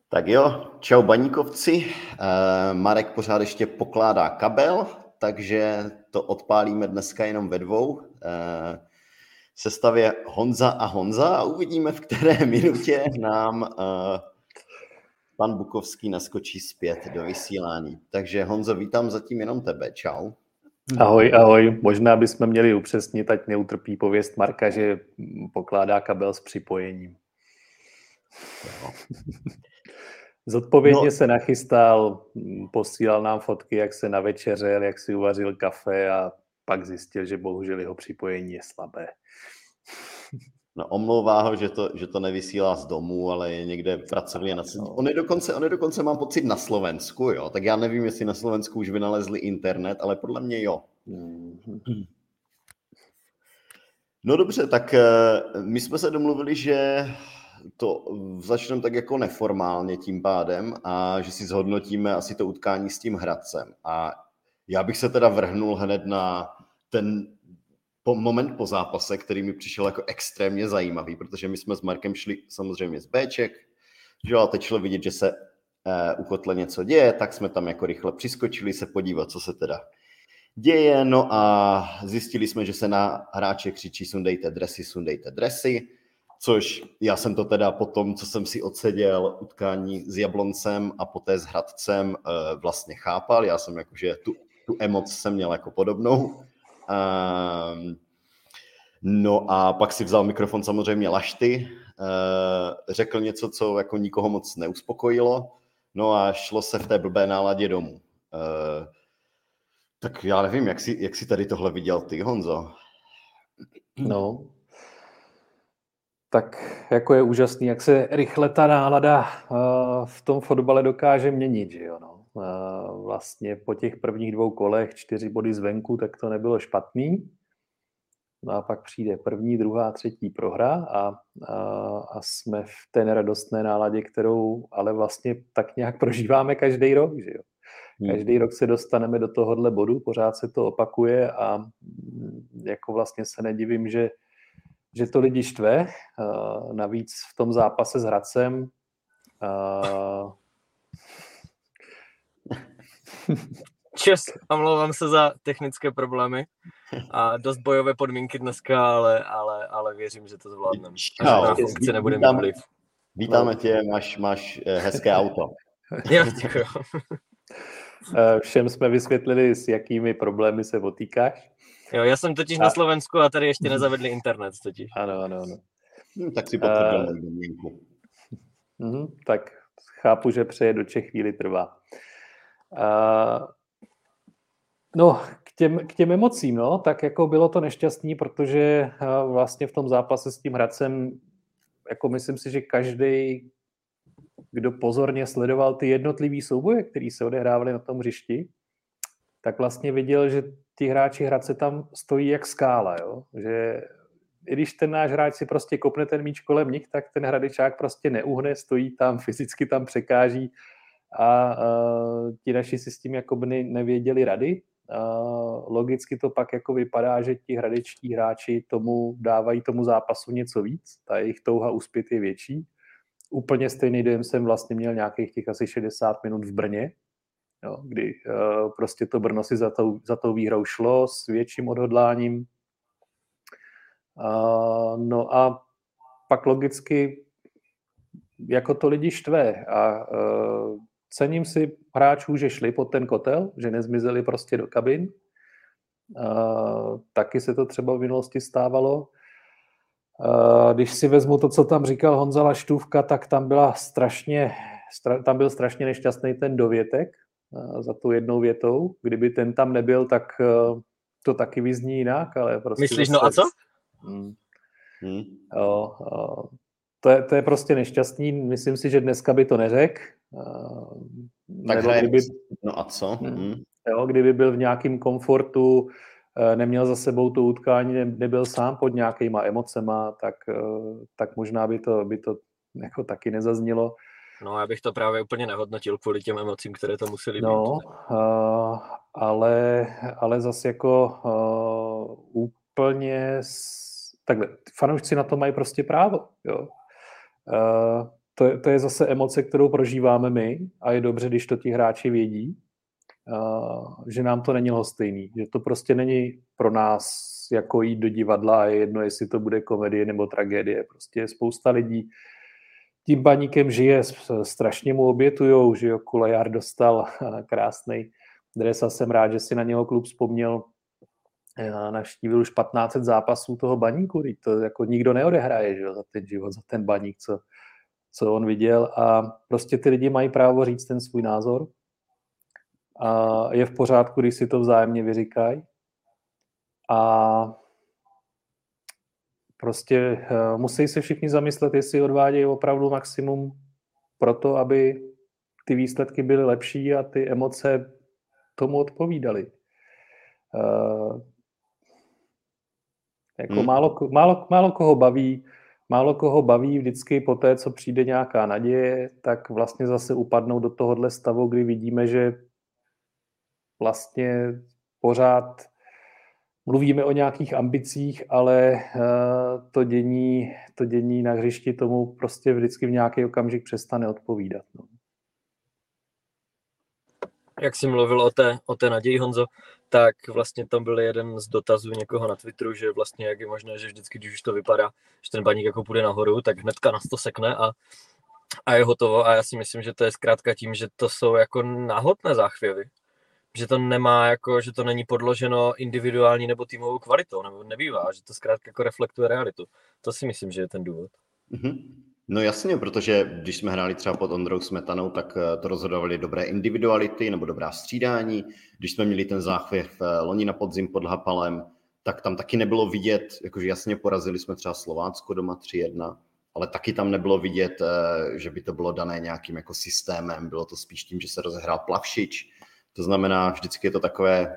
Tak jo, čau baníkovci. Marek pořád ještě pokládá kabel, takže to odpálíme dneska jenom ve dvou. V sestavě Honza a Honza a uvidíme, v které minutě nám pan Bukovský naskočí zpět do vysílání. Takže Honzo, vítám zatím jenom tebe. Čau. Ahoj. Možná bychom měli upřesnit, ať neutrpí pověst Marka, že pokládá kabel s připojením. Jo. Zodpovědně se nachystal, posílal nám fotky, jak se navečeřel, jak si uvařil kafe a pak zjistil, že bohužel jeho připojení je slabé. No, omlouvá ho, že to nevysílá z domu, ale je někde pracovně na sedí. On je dokonce, mám pocit, na Slovensku, jo. Tak já nevím, jestli na Slovensku už vynalezli internet, ale podle mě jo. No dobře, tak my jsme se domluvili, že to začneme tak jako neformálně tím pádem a že si zhodnotíme asi to utkání s tím Hradcem. A já bych se teda vrhnul hned na ten moment po zápase, který mi přišel jako extrémně zajímavý, protože my jsme s Markem šli samozřejmě z Bček, že jo, a teď šlo vidět, že se u kotle něco děje, tak jsme tam jako rychle přiskočili se podívat, co se teda děje, no a zjistili jsme, že se na hráče křičí sundejte dresy, což já jsem to teda po tom, co jsem si odseděl utkání s Jabloncem a poté s Hradcem vlastně chápal, já jsem jakože tu emoc jsem měl jako podobnou. No a pak si vzal mikrofon samozřejmě Lašty, řekl něco, co jako nikoho moc neuspokojilo, no a šlo se v té blbé náladě domů. Tak já nevím, jak jsi tady tohle viděl ty, Honzo? No, tak jako je úžasný, jak se rychle ta nálada v tom fotbale dokáže měnit, že jo, no. Vlastně po těch prvních 2 kolech 4 body zvenku, tak to nebylo špatný. No a pak přijde první, druhá, třetí prohra a jsme v té neradostné náladě, kterou ale vlastně tak nějak prožíváme každý rok, že jo. Každý rok se dostaneme do tohohle bodu, pořád se to opakuje a jako vlastně se nedivím, že to lidi štve. Navíc v tom zápase s Hradcem Čes, omlouvám se za technické problémy a dost bojové podmínky dneska, ale věřím, že to zvládneme. A že funkce nebude mít vliv. Vítáme tě, máš hezké auto. Jo, děkuji. Všem jsme vysvětlili, s jakými problémy se potýkáš. Jo, já jsem totiž na Slovensku a tady ještě nezavedli internet totiž. Ano. Tak si potvrdil moji domněnku. Tak chápu, že přeje do Čech chvíli trvá. No, k těm emocím, no, tak jako bylo to nešťastný, protože vlastně v tom zápase s tím Hradcem, jako myslím si, že každý, kdo pozorně sledoval ty jednotlivý souboje, které se odehrávaly na tom hřišti, tak vlastně viděl, že ti hráči Hradce tam stojí jak skála, jo? Že i když ten náš hráč si prostě kopne ten míč kolem nich, tak ten Hradečák prostě neuhne, stojí tam, fyzicky tam překáží a ti naši si s tím jako by nevěděli rady. Logicky to pak jako vypadá, že ti hradečtí hráči dávají tomu zápasu něco víc, ta jejich touha uspět je větší. Úplně stejný dojem jsem vlastně měl nějakých těch asi 60 minut v Brně, jo, kdy prostě to Brno si za tou výhrou šlo s větším odhodláním. No a pak logicky jako to lidi štve a cením si hráčů, že šli pod ten kotel, že nezmizeli prostě do kabin. Taky se to třeba v minulosti stávalo. Když si vezmu to, co tam říkal Honza Laštůvka, tak tam byl strašně nešťastný ten dovětek za tou jednou větou. Kdyby ten tam nebyl, tak to taky vyzní jinak, ale prostě... Myslíš, no a co? Jo, to je prostě nešťastný. Myslím si, že dneska by to neřekl. No a co? Jo, kdyby byl v nějakém komfortu, neměl za sebou to utkání, nebyl sám pod nějakýma emocema, tak možná by to jako taky nezaznělo. No, já bych to právě úplně nehodnotil kvůli těm emocím, které to museli být. No, ale zase jako úplně takhle, fanoušci na to mají prostě právo, jo. to je zase emoce, kterou prožíváme my a je dobře, když to ti hráči vědí, že nám to není lhostejný, že to prostě není pro nás jako jít do divadla a je jedno, jestli to bude komedie nebo tragédie. Prostě spousta lidí tím Baníkem žije, strašně mu obětujou, že jo, Kolejár dostal krásnej dres a jsem rád, že si na něho klub vzpomněl. Navštívil už 1500 zápasů toho Baníku, to jako nikdo neodehraje, že jo, za ten život, za ten Baník, co on viděl a prostě ty lidi mají právo říct ten svůj názor a je v pořádku, když si to vzájemně vyříkají a prostě musí se všichni zamyslet, jestli odvádějí opravdu maximum pro to, aby ty výsledky byly lepší a ty emoce tomu odpovídaly. Jako málo koho baví vždycky po té, co přijde nějaká naděje, tak vlastně zase upadnou do tohohle stavu, kdy vidíme, že vlastně pořád mluvíme o nějakých ambicích, ale to dění na hřišti tomu prostě vždycky v nějaký okamžik přestane odpovídat. No. Jak jsi mluvil o té naději, Honzo, tak vlastně tam byl jeden z dotazů někoho na Twitteru, že vlastně jak je možné, že vždycky, když už to vypadá, že ten Baník jako půjde nahoru, tak hnedka nás to sekne a je hotovo. A já si myslím, že to je zkrátka tím, že to jsou jako náhodné záchvěvy. Že to nemá jako, že to není podloženo individuální nebo týmovou kvalitou, nebo nebývá, že to zkrátka jako reflektuje realitu. To si myslím, že je ten důvod. Mm-hmm. No jasně, protože když jsme hráli třeba pod Ondrou Smetanou, tak to rozhodovali dobré individuality nebo dobrá střídání. Když jsme měli ten záchvěv loni na podzim pod Hapalem, tak tam taky nebylo vidět, jakože jasně porazili jsme třeba Slovácko doma 3-1, ale taky tam nebylo vidět, že by to bylo dané nějakým jako systémem, bylo to spíš tím, že se rozehrál Plavšič. To znamená, vždycky je to takové,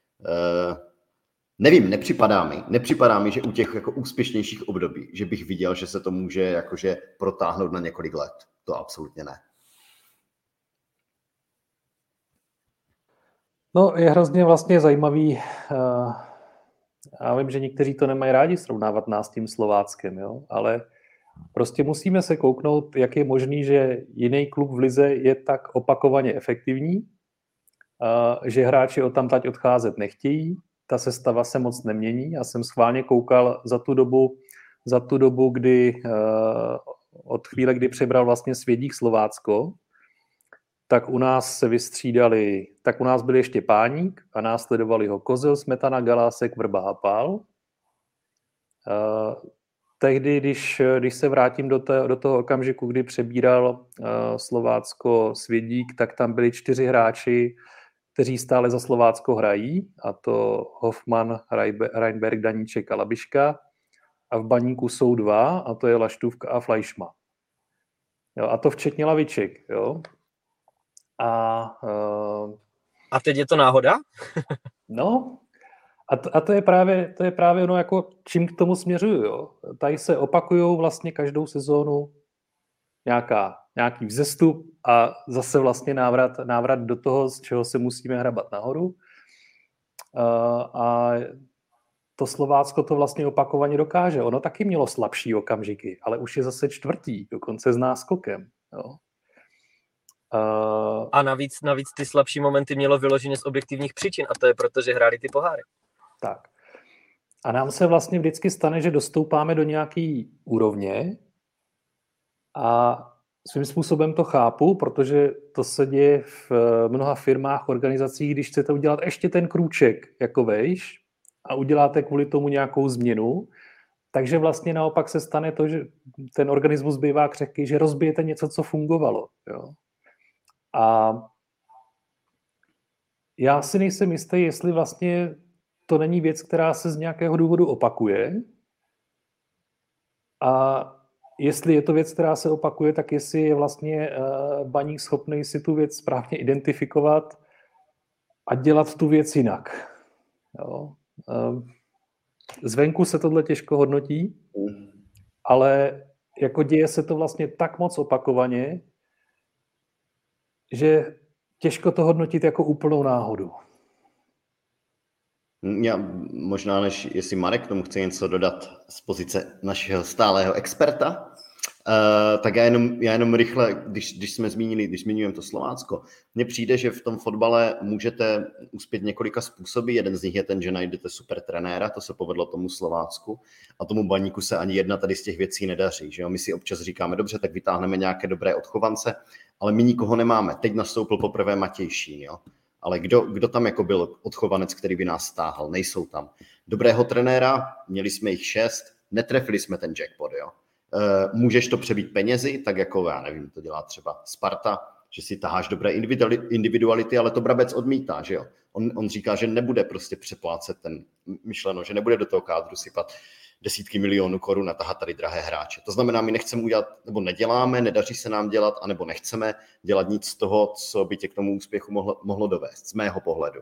nevím, nepřipadá mi, že u těch jako úspěšnějších období, že bych viděl, že se to může jakože protáhnout na několik let. To absolutně ne. No, je hrozně vlastně zajímavý, já vím, že někteří to nemají rádi srovnávat nás s tím Slováckem, jo? Ale prostě musíme se kouknout, jak je možný, že jiný klub v lize je tak opakovaně efektivní, že hráči odtamtať odcházet nechtějí, ta sestava se moc nemění. Já jsem schválně koukal za tu dobu, kdy od chvíle, kdy přebral vlastně Svědík Slovácko, tak u nás se vystřídali, tak u nás byl ještě Páník a následovali ho Kozel, Smetana, Galásek, Vrba, Hapal. Tehdy, když se vrátím do toho okamžiku, kdy přebíral Slovácko Svědík, tak tam byli 4 hráči, kteří stále za Slovácko hrají, a to Hoffman, Reinberg, Daníček a Labiška. A v Baníku jsou 2, a to je Laštůvka a Fleischmann. Jo, a to včetně Laviček. Jo. A teď je to náhoda? No, a to je právě ono, jako čím k tomu směřuju. Jo. Tady se opakujou vlastně každou sezónu nějaký vzestup a zase vlastně návrat do toho, z čeho se musíme hrabat nahoru. A to Slovácko to vlastně opakovaně dokáže. Ono taky mělo slabší okamžiky, ale už je zase 4., dokonce s náskokem. Jo. A navíc ty slabší momenty mělo vyloženě z objektivních příčin, a to je proto, že hráli ty poháry. Tak. A nám se vlastně vždycky stane, že dostoupáme do nějaký úrovně a svým způsobem to chápu, protože to se děje v mnoha firmách, organizacích, když chcete udělat ještě ten krůček jako vejš a uděláte kvůli tomu nějakou změnu, takže vlastně naopak se stane to, že ten organismus bývá křehký, že rozbijete něco, co fungovalo. Jo. A já si nejsem jistý, jestli vlastně to není věc, která se z nějakého důvodu opakuje. A jestli je to věc, která se opakuje, tak jestli je vlastně Baník schopný si tu věc správně identifikovat a dělat tu věc jinak. Jo. Zvenku se tohle těžko hodnotí, ale jako děje se to vlastně tak moc opakovaně, že těžko to hodnotit jako úplnou náhodu. Já možná, než jestli Marek tomu chce něco dodat z pozice našeho stálého experta, Tak já jenom rychle, když zmiňujeme to Slovácko, mně přijde, že v tom fotbale můžete uspět několika způsoby. Jeden z nich je ten, že najdete super trenéra, to se povedlo tomu Slovácku, a tomu Baníku se ani jedna tady z těch věcí nedaří. Že jo? My si občas říkáme, dobře, tak vytáhneme nějaké dobré odchovance, ale my nikoho nemáme. Teď nastoupil poprvé Matěj Šín, jo? Ale kdo tam jako byl odchovanec, který by nás stáhl? Nejsou tam. Dobrého trenéra, měli jsme jich 6, netrefili jsme ten jackpot, jo? Můžeš to přebít penězi, tak jako, já nevím, to dělá třeba Sparta, že si taháš dobré individuality, ale to Brabec odmítá, že jo. On říká, že nebude prostě přeplácet myšleno, že nebude do toho kádru sypat desítky milionů korun a tahat tady drahé hráče. To znamená, my nechceme udělat, nebo neděláme, nedaří se nám dělat, anebo nechceme dělat nic z toho, co by tě k tomu úspěchu mohlo dovést, z mého pohledu.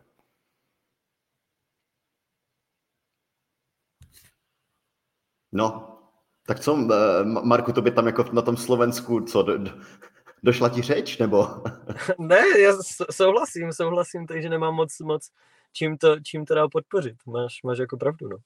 No, tak co, Marku, to by tam jako na tom Slovensku, co, došla ti řeč, nebo? Ne, já souhlasím, takže nemám moc čím to dál podpořit. Máš jako pravdu, no.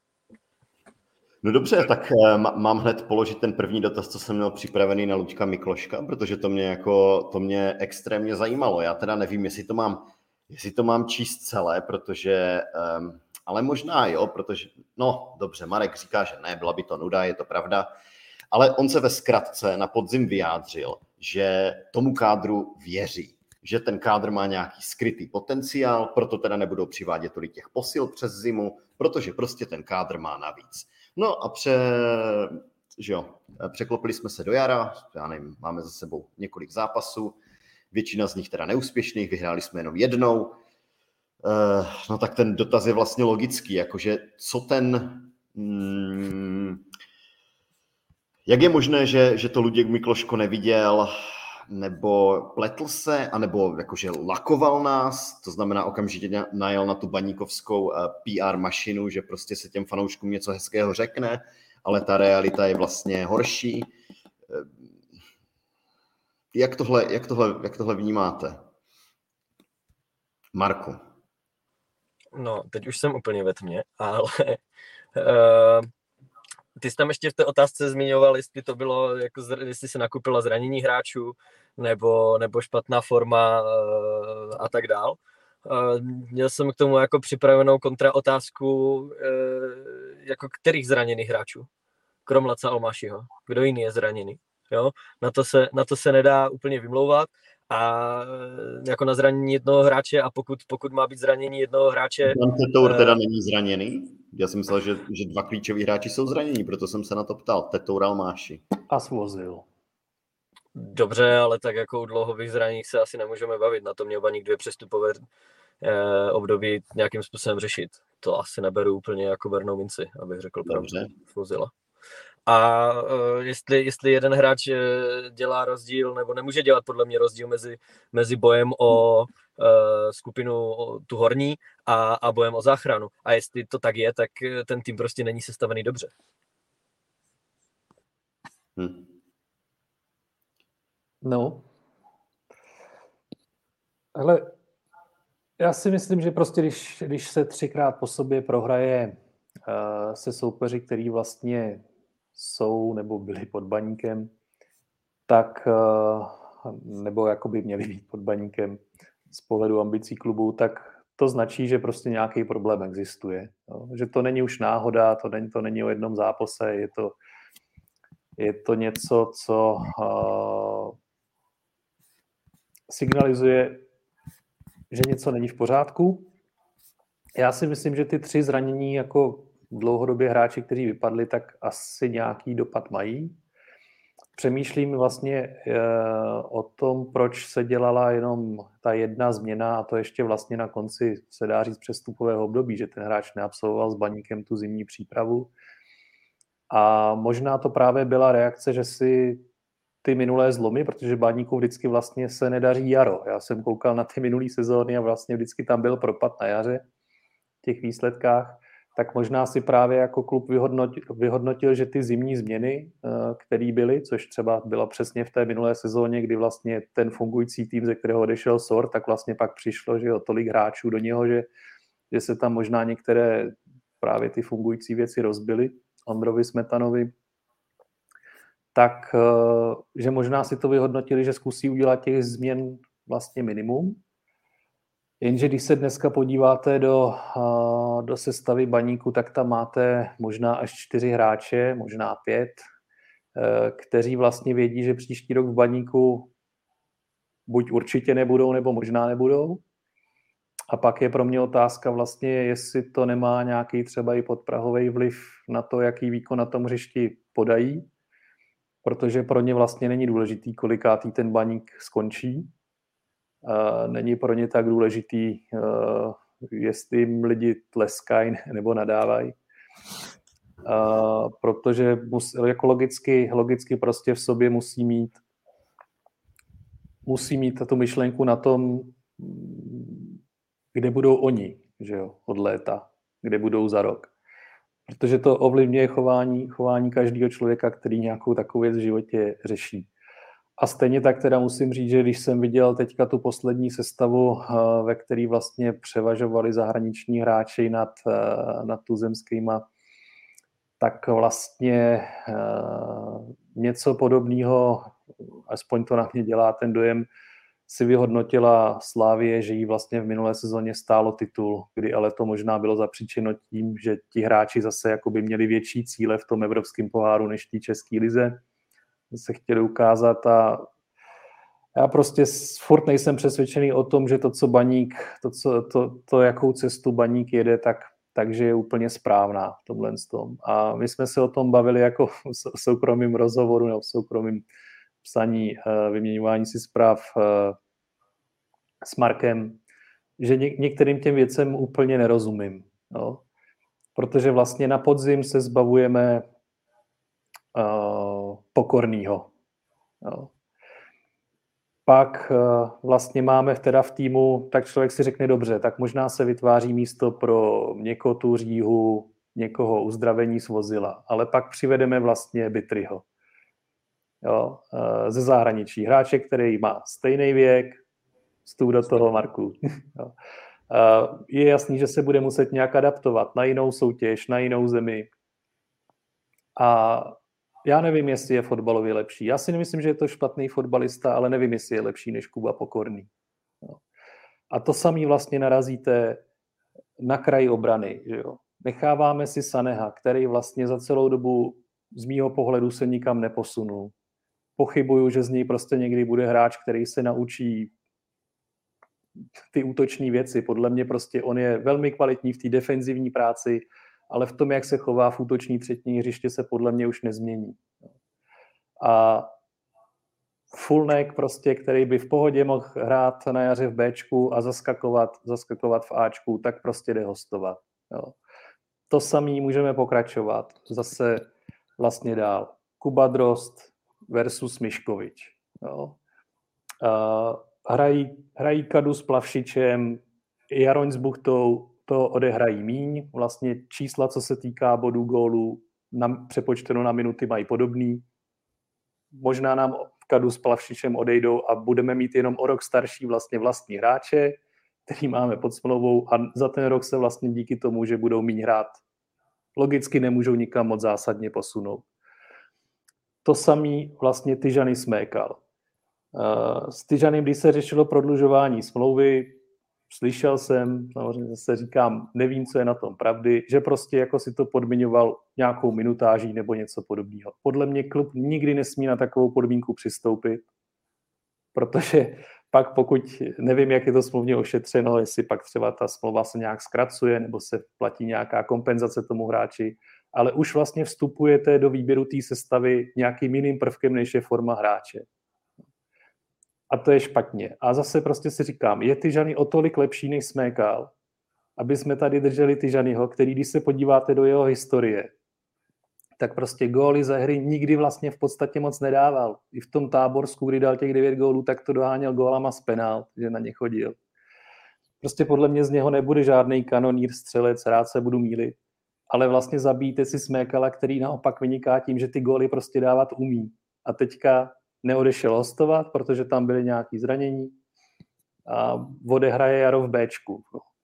No dobře, tak mám hned položit ten první dotaz, co jsem měl připravený na Luďka Mikloška, protože to mě extrémně zajímalo. Já teda nevím, jestli to mám číst celé, protože... Ale možná jo, protože, no dobře, Marek říká, že ne, byla by to nuda, je to pravda, ale on se ve zkratce na podzim vyjádřil, že tomu kádru věří, že ten kádr má nějaký skrytý potenciál, proto teda nebudou přivádět tolik těch posil přes zimu, protože prostě ten kádr má navíc. No a překlopili jsme se do jara, já nevím, máme za sebou několik zápasů, většina z nich teda neúspěšných, vyhráli jsme jenom jednou. No tak ten dotaz je vlastně logický, jakože jak je možné, že to Luděk Mikloško neviděl, nebo pletl se, anebo jakože lakoval nás, to znamená okamžitě najel na tu baníkovskou PR mašinu, že prostě se těm fanouškům něco hezkého řekne, ale ta realita je vlastně horší. Jak tohle vnímáte? Marku. No, teď už jsem úplně ve tmě, ale ty jsi tam ještě v té otázce zmiňoval, jestli to bylo, jako, jestli se nakupila zranění hráčů, nebo špatná forma a tak dál. Měl jsem k tomu jako připravenou kontraotázku, jako kterých zraněných hráčů, krom Laca Almášiho. Kdo jiný je zraněný? Jo? Na to se nedá úplně vymlouvat. A jako na zranění jednoho hráče, a pokud má být zranění jednoho hráče... Jan Tetour teda není zraněný? Já jsem myslel, že dva klíčoví hráči jsou zranění, proto jsem se na to ptal. Tetour, Almáši. A Svozil. Dobře, ale tak jako u dlouhových zraněních se asi nemůžeme bavit. Na to měl Baník 2 přestupové období nějakým způsobem řešit. To asi neberu úplně jako bernou minci, abych řekl pravdu. Svozila. A jestli jeden hráč dělá rozdíl, nebo nemůže dělat podle mě rozdíl mezi bojem o skupinu tu horní a bojem o záchranu. A jestli to tak je, tak ten tým prostě není sestavený dobře. No. Hele, já si myslím, že prostě když se 3krát po sobě prohraje se soupeři, který vlastně jsou nebo byli pod Baníkem, tak nebo jako by měli být pod Baníkem z pohledu ambicí klubu, tak to značí, že prostě nějaký problém existuje. No? Že to není už náhoda, to není o jednom zápase, je to něco, co signalizuje, že něco není v pořádku. Já si myslím, že ty 3 zranění jako dlouhodobě hráči, kteří vypadli, tak asi nějaký dopad mají. Přemýšlím vlastně o tom, proč se dělala jenom ta jedna změna, a to ještě vlastně na konci, se dá říct, přestupového období, že ten hráč neabsolvoval s Baníkem tu zimní přípravu. A možná to právě byla reakce, že si ty minulé zlomy, protože Baníku vždycky vlastně se nedaří jaro. Já jsem koukal na ty minulý sezóny a vlastně vždycky tam byl propad na jaře v těch výsledkách, tak možná si právě jako klub vyhodnotil, že ty zimní změny, které byly, což třeba byla přesně v té minulé sezóně, kdy vlastně ten fungující tým, ze kterého odešel Sor, tak vlastně pak přišlo, že jo, tolik hráčů do něho, že se tam možná některé právě ty fungující věci rozbily Ondrovi Smetanovi, tak že možná si to vyhodnotili, že zkusí udělat těch změn vlastně minimum. Jenže když se dneska podíváte do sestavy Baníku, tak tam máte možná až 4 hráče, možná 5, kteří vlastně vědí, že příští rok v Baníku buď určitě nebudou, nebo možná nebudou. A pak je pro mě otázka vlastně, jestli to nemá nějaký třeba i podprahový vliv na to, jaký výkon na tom hřišti podají, protože pro ně vlastně není důležitý, kolikátý ten Baník skončí. Není pro ně tak důležitý, jestli jim lidi tleskají nebo nadávají. Protože jako logicky prostě v sobě musí mít tu myšlenku na tom, kde budou oni, že jo, od léta, kde budou za rok. Protože to ovlivňuje chování každého člověka, který nějakou takovou věc v životě řeší. A stejně tak teda musím říct, že když jsem viděl teďka tu poslední sestavu, ve který vlastně převažovali zahraniční hráči nad tuzemskýma, tak vlastně něco podobného, aspoň to na mě dělá ten dojem, si vyhodnotila Slavie, že jí vlastně v minulé sezóně stálo titul, kdy ale to možná bylo zapříčeno tím, že ti hráči zase jakoby měli větší cíle v tom evropském poháru než té české lize. Se chtěli ukázat a já prostě furt nejsem přesvědčený o tom, že to, co Baník, jakou cestu Baník jede, takže je úplně správná v tomhle tom. A my jsme se o tom bavili jako v soukromém rozhovoru nebo v soukromém psaní, vyměňování si zpráv s Markem, že některým těm věcem úplně nerozumím. No? Protože vlastně na podzim se zbavujeme Pokornýho. No. Pak vlastně máme teda v týmu, tak člověk si řekne dobře, tak možná se vytváří místo pro Měkotu, Říhu, někoho uzdravení z Vozila, ale pak přivedeme vlastně Bitryho. Jo, ze zahraničí. Hráče, který má stejný věk, vstup do toho, Marku. Jo. Je jasný, že se bude muset nějak adaptovat na jinou soutěž, na jinou zemi. A já nevím, jestli je fotbalově lepší. Já si nemyslím, že je to špatný fotbalista, ale nevím, jestli je lepší než Kuba Pokorný. Jo. A to samý vlastně narazíte na kraji obrany. Že jo. Necháváme si Saneha, který vlastně za celou dobu z mýho pohledu se nikam neposunul. Pochybuju, že z něj prostě někdy bude hráč, který se naučí ty útoční věci. Podle mě prostě on je velmi kvalitní v té defenzivní práci, ale v tom, jak se chová v útoční třetí hřiště, se podle mě už nezmění. A Fulnek prostě, který by v pohodě mohl hrát na jaře v Bčku a zaskakovat v Ačku, tak prostě jde hostovat. Jo. To samý můžeme pokračovat. Zase vlastně dál. Kuba Drost versus Miškovič. Jo. Hrají Kadu s Plavšičem, Jaroň s Buchtou, to odehrají míň. Vlastně čísla, co se týká bodů gólů, přepočteno na minuty, mají podobný. Možná nám v Kadu s Plavšičem odejdou a budeme mít jenom o rok starší vlastně vlastní hráče, který máme pod smlouvou a za ten rok se vlastně díky tomu, že budou míň hrát, logicky nemůžou nikam moc zásadně posunout. To samý vlastně Tyžany smékal. S Tyžanem, když se řešilo prodlužování smlouvy, slyšel jsem, samozřejmě zase říkám, nevím, co je na tom pravdy, že prostě jako si to podmiňoval nějakou minutáží nebo něco podobného. Podle mě klub nikdy nesmí na takovou podmínku přistoupit, protože pak pokud, nevím, jak je to smluvně ošetřeno, jestli pak třeba ta smlouva se nějak zkracuje nebo se platí nějaká kompenzace tomu hráči, ale už vlastně vstupujete do výběru té sestavy nějakým jiným prvkem, než je forma hráče. A to je špatně. A zase prostě si říkám, je Tyžany o tolik lepší než Smékal, aby jsme tady drželi Tyžanyho, který, když se podíváte do jeho historie, tak prostě góly ze hry nikdy vlastně v podstatě moc nedával. I v tom Táborsku, kdy dal těch 9 gólů, tak to doháněl gólama z penál, že na ně chodil. Prostě podle mě z něho nebude žádný kanonýr, střelec, rád se budu mýlit, ale vlastně zabijte si Smékala, který naopak vyniká tím, že ty góly prostě dávat umí. A teďka neodešel hostovat, protože tam byly nějaké zranění a odehraje Jaro v Bčku.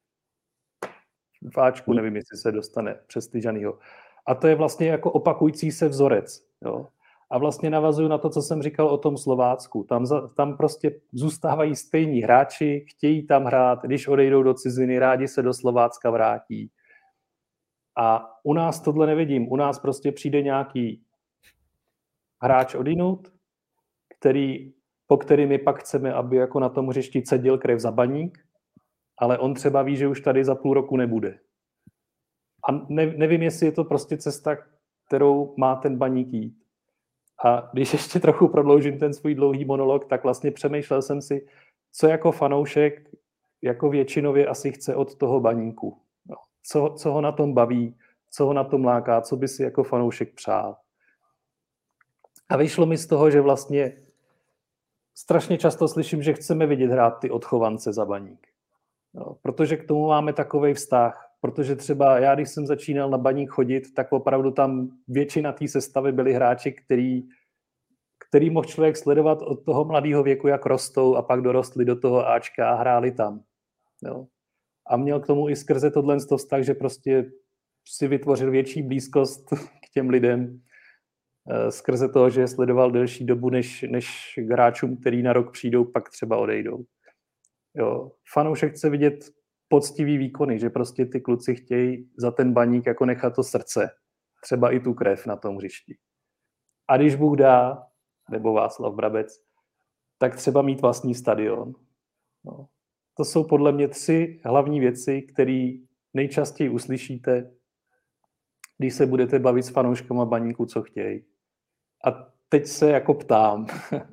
V Ačku nevím, jestli se dostane přes Tyžanyho. A to je vlastně jako opakující se vzorec. Jo? A vlastně navazuju na to, co jsem říkal o tom Slovácku. Tam prostě zůstávají stejní hráči, chtějí tam hrát, když odejdou do ciziny, rádi se do Slovácka vrátí. A u nás tohle nevidím. U nás prostě přijde nějaký hráč odinut, po který my pak chceme, aby jako na tom hřišti cedil krev za baník, ale on třeba ví, že už tady za půl roku nebude. A nevím, jestli je to prostě cesta, kterou má ten baník jít. A když ještě trochu prodloužím ten svůj dlouhý monolog, tak vlastně přemýšlel jsem si, co jako fanoušek jako většinově asi chce od toho baníku. No, co ho na tom baví, co ho na tom láká, co by si jako fanoušek přál. A vyšlo mi z toho, že vlastně strašně často slyším, že chceme vidět hrát ty odchovance za baník. No, protože k tomu máme takovej vztah. Protože třeba já, když jsem začínal na baník chodit, tak opravdu tam většina té sestavy byli hráči, který mohl člověk sledovat od toho mladého věku, jak rostou a pak dorostli do toho Ačka a hráli tam. Jo. A měl k tomu i skrze tohle vztah, že prostě si vytvořil větší blízkost k těm lidem skrze toho, že je sledoval delší dobu než k hráčům, který na rok přijdou, pak třeba odejdou. Jo. Fanoušek chce vidět poctivý výkony, že prostě ty kluci chtějí za ten baník jako nechat to srdce, třeba i tu krev na tom hřišti. A když Bůh dá, nebo Václav Brabec, tak třeba mít vlastní stadion. No. To jsou podle mě 3 hlavní věci, které nejčastěji uslyšíte, když se budete bavit s fanouškama baníku, co chtějí. A teď se jako ptám,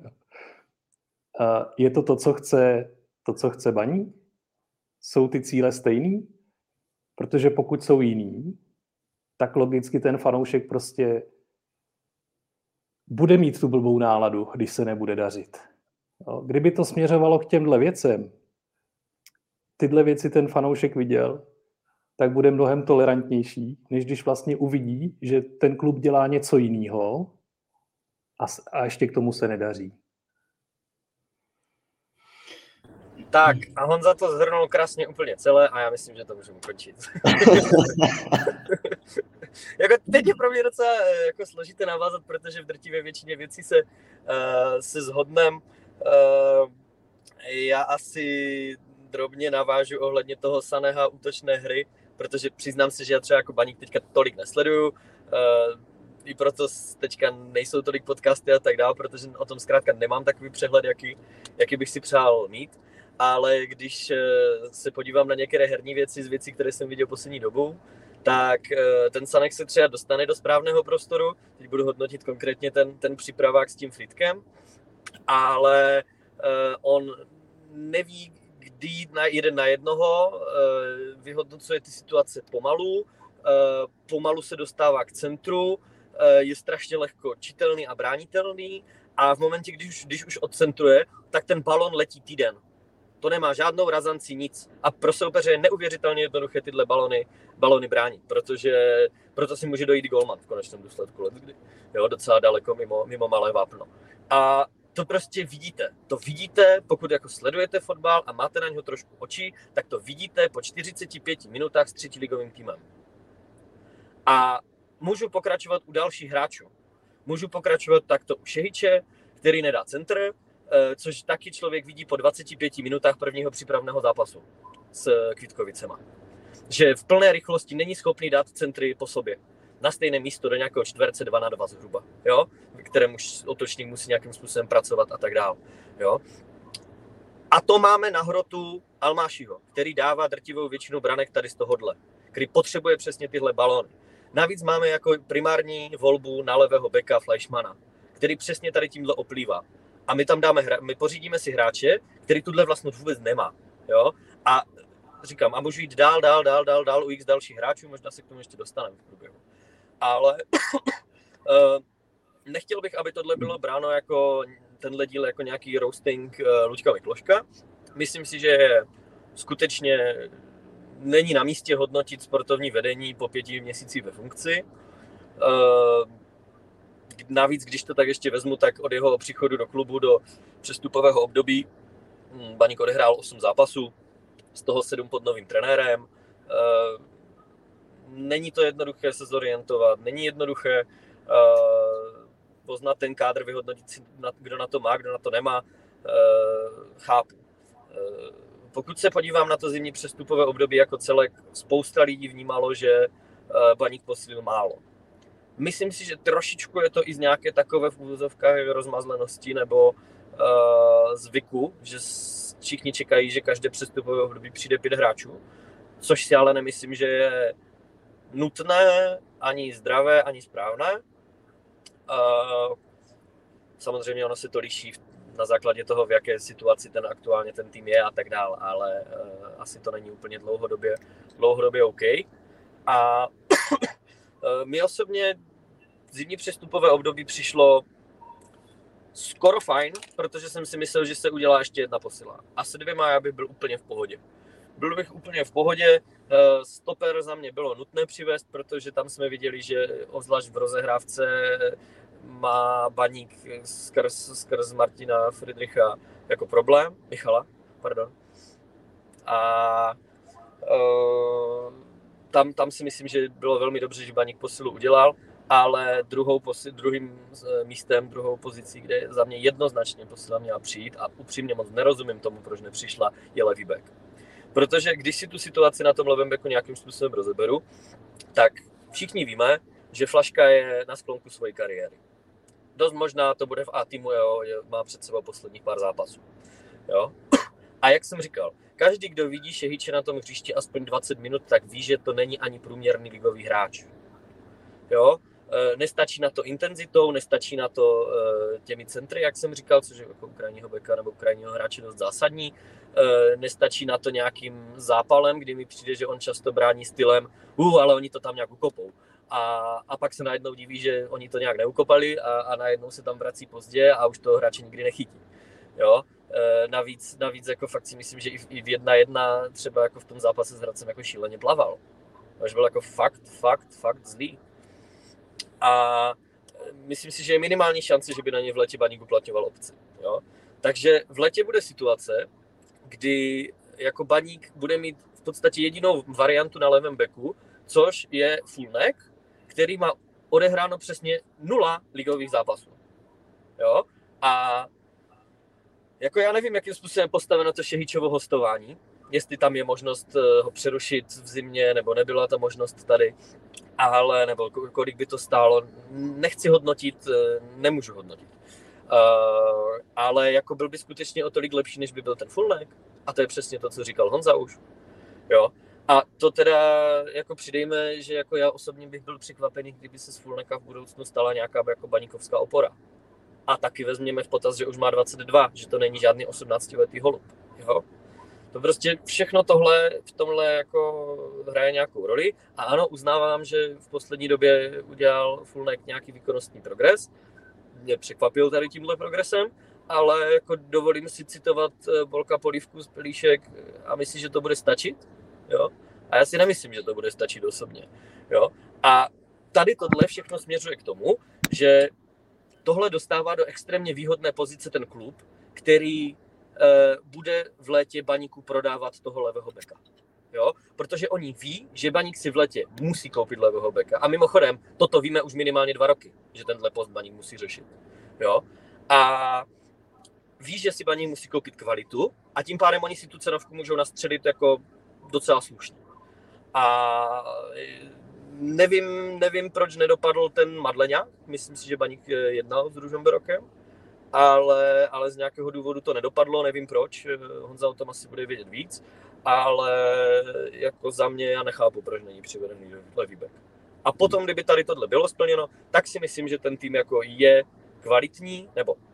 je to, co chce baník? Jsou ty cíle stejný? Protože pokud jsou jiný, tak logicky ten fanoušek prostě bude mít tu blbou náladu, když se nebude dařit. Kdyby to směřovalo k těmhle věcem, tyhle věci ten fanoušek viděl, tak bude mnohem tolerantnější, než když vlastně uvidí, že ten klub dělá něco jiného a ještě k tomu se nedaří. Tak, a Honza to zhrnul krásně úplně celé a já myslím, že to můžeme ukončit. Jako teď je pro mě docela jako složité navázat, protože v drtivé většině věcí se shodneme. Já asi drobně navážu ohledně toho Saneha útočné hry, protože přiznám se, že já třeba jako baník teďka tolik nesleduju. I proto teďka nejsou tolik podcasty a tak dále, protože o tom zkrátka nemám takový přehled, jaký bych si přál mít. Ale když se podívám na některé herní věci z věcí, které jsem viděl poslední dobu, tak ten Sanek se třeba dostane do správného prostoru. Teď budu hodnotit konkrétně ten přípravák s tím Frýdkem, ale on neví, kdy jít jeden na jednoho, vyhodnocuje ty situace pomalu se dostává k centru, je strašně lehko čitelný a bránitelný a v momentě, když už odcentruje, tak ten balon letí týden. To nemá žádnou razanci, nic. A pro soupeře je neuvěřitelně jednoduché tyhle balony bránit, protože proto si může dojít golman v konečném důsledku letkdy. Jo, docela daleko mimo malé vápno. A to prostě vidíte. To vidíte, pokud jako sledujete fotbal a máte na něho trošku oči, tak to vidíte po 45 minutách s třetiligovým týmem. A můžu pokračovat u dalších hráčů. Můžu pokračovat takto u Šehiče, který nedá centr, což taky člověk vidí po 25 minutách prvního přípravného zápasu s Kvitkovicema. Že v plné rychlosti není schopný dát centry po sobě. Na stejné místo do nějakého čtverce 2-2 zhruba, jo? Kterém už otočník musí nějakým způsobem pracovat a tak dál. Jo? A to máme na hrotu Almášiho, který dává drtivou většinu branek tady z tohohle, který potřebuje přesně tyhle balóny. Navíc máme jako primární volbu na levého beka Fleischmana, který přesně tady tímhle oplývá. A my pořídíme si hráče, který tuhle vlastnost vůbec nemá. Jo? A říkám, a můžu jít dál u x dalších hráčů, možná se k tomu ještě dostaneme v průběhu. Ale nechtěl bych, aby tohle bylo bráno jako tenhle díl jako nějaký roasting Luďka Mikloška. Myslím si, že skutečně není na místě hodnotit sportovní vedení po 5 měsících ve funkci. Navíc, když to tak ještě vezmu, tak od jeho příchodu do klubu do přestupového období Baník odehrál 8 zápasů, z toho 7 pod novým trenérem. Není to jednoduché se zorientovat, není jednoduché poznat ten kádr, vyhodnotit si, kdo na to má, kdo na to nemá, chápu. Pokud se podívám na to zimní přestupové období jako celek, spousta lidí vnímalo, že Baník posílil málo. Myslím si, že trošičku je to i z nějaké takové v úvozovkách rozmazlenosti nebo zvyku, že všichni čekají, že každé přestupové období přijde 5 hráčů, což si ale nemyslím, že je nutné, ani zdravé, ani správné. Samozřejmě ono se to liší na základě toho, v jaké situaci aktuálně ten tým je a tak dále, ale asi to není úplně dlouhodobě OK. A mi osobně zimní přestupové období přišlo skoro fajn, protože jsem si myslel, že se udělá ještě jedna posila. A se 2 já bych byl úplně v pohodě. Byl bych úplně v pohodě, stoper za mě bylo nutné přivést, protože tam jsme viděli, že obzvlášť v rozehrávce má Baník skrz Martina Friedricha jako problém, Michala. A tam si myslím, že bylo velmi dobře, že Baník posilu udělal, ale druhým místem, druhou pozicí, kde za mě jednoznačně posila měla přijít a upřímně moc nerozumím tomu, proč nepřišla, je levý back. Protože když si tu situaci na tom levém backu nějakým způsobem rozeberu, tak všichni víme, že Flaška je na sklonku své kariéry. Dost možná to bude v A-týmu, má před sebou posledních pár zápasů. Jo? A jak jsem říkal, každý, kdo vidí Šehiče na tom hřišti aspoň 20 minut, tak ví, že to není ani průměrný ligový hráč. Jo? Nestačí na to intenzitou, nestačí na to těmi centry, jak jsem říkal, což je jako krajního beka nebo krajního hráče dost zásadní. Nestačí na to nějakým zápalem, kdy mi přijde, že on často brání stylem, ale oni to tam nějak ukopou. A pak se najednou diví, že oni to nějak neukopali a najednou se tam vrací pozdě a už toho hráče nikdy nechytí. Jo? Navíc jako fakt si myslím, že i v 1-1 třeba jako v tom zápase s Hradcem jako šíleně plaval. Až byl jako fakt zlý. A myslím si, že je minimální šance, že by na ně v létě Baník uplatňoval opci. Jo? Takže v létě bude situace, kdy jako Baník bude mít v podstatě jedinou variantu na levém beku, což je Fulnek, který má odehráno přesně 0 ligových zápasů. Jo? A jako já nevím, jakým způsobem postaveno to Šehičovo hostování, jestli tam je možnost ho přerušit v zimě, nebo nebyla ta možnost tady, ale nebo kolik by to stálo, nechci hodnotit, nemůžu hodnotit. Ale jako byl by skutečně o tolik lepší, než by byl ten Fulnek. A to je přesně to, co říkal Honza už. Jo. A to teda jako přidejme, že jako já osobně bych byl překvapený, kdyby se z Fulneka v budoucnu stala nějaká jako baníkovská opora. A taky vezměme v potaz, že už má 22, že to není žádný 18letý holub. Jo. To prostě všechno tohle v tomhle jako hraje nějakou roli. A ano, uznávám, že v poslední době udělal Fulnek nějaký výkonnostní progres. Mě překvapil tady tímhle progresem, ale jako dovolím si citovat Bolka Polívku z Pelíšek a myslím, že to bude stačit. Jo? A já si nemyslím, že to bude stačit osobně. Jo? A tady tohle všechno směřuje k tomu, že tohle dostává do extrémně výhodné pozice ten klub, který bude v létě Baníku prodávat toho levého beka. Jo? Protože oni ví, že Baník si v létě musí koupit levého beka. A mimochodem, toto víme už minimálně 2 roky, že tenhle post Baník musí řešit. Jo? A ví, že si Baník musí koupit kvalitu a tím pádem oni si tu cenovku můžou nastřelit jako docela slušně. A nevím, proč nedopadl ten Madleňák. Myslím si, že Baník jednal s Ružomberokem. Ale z nějakého důvodu to nedopadlo, nevím proč, Honza o tom asi bude vědět víc, ale jako za mě já nechápu, proč není přivedený levý back. A potom, kdyby tady tohle bylo splněno, tak si myslím, že ten tým jako je kvalitní,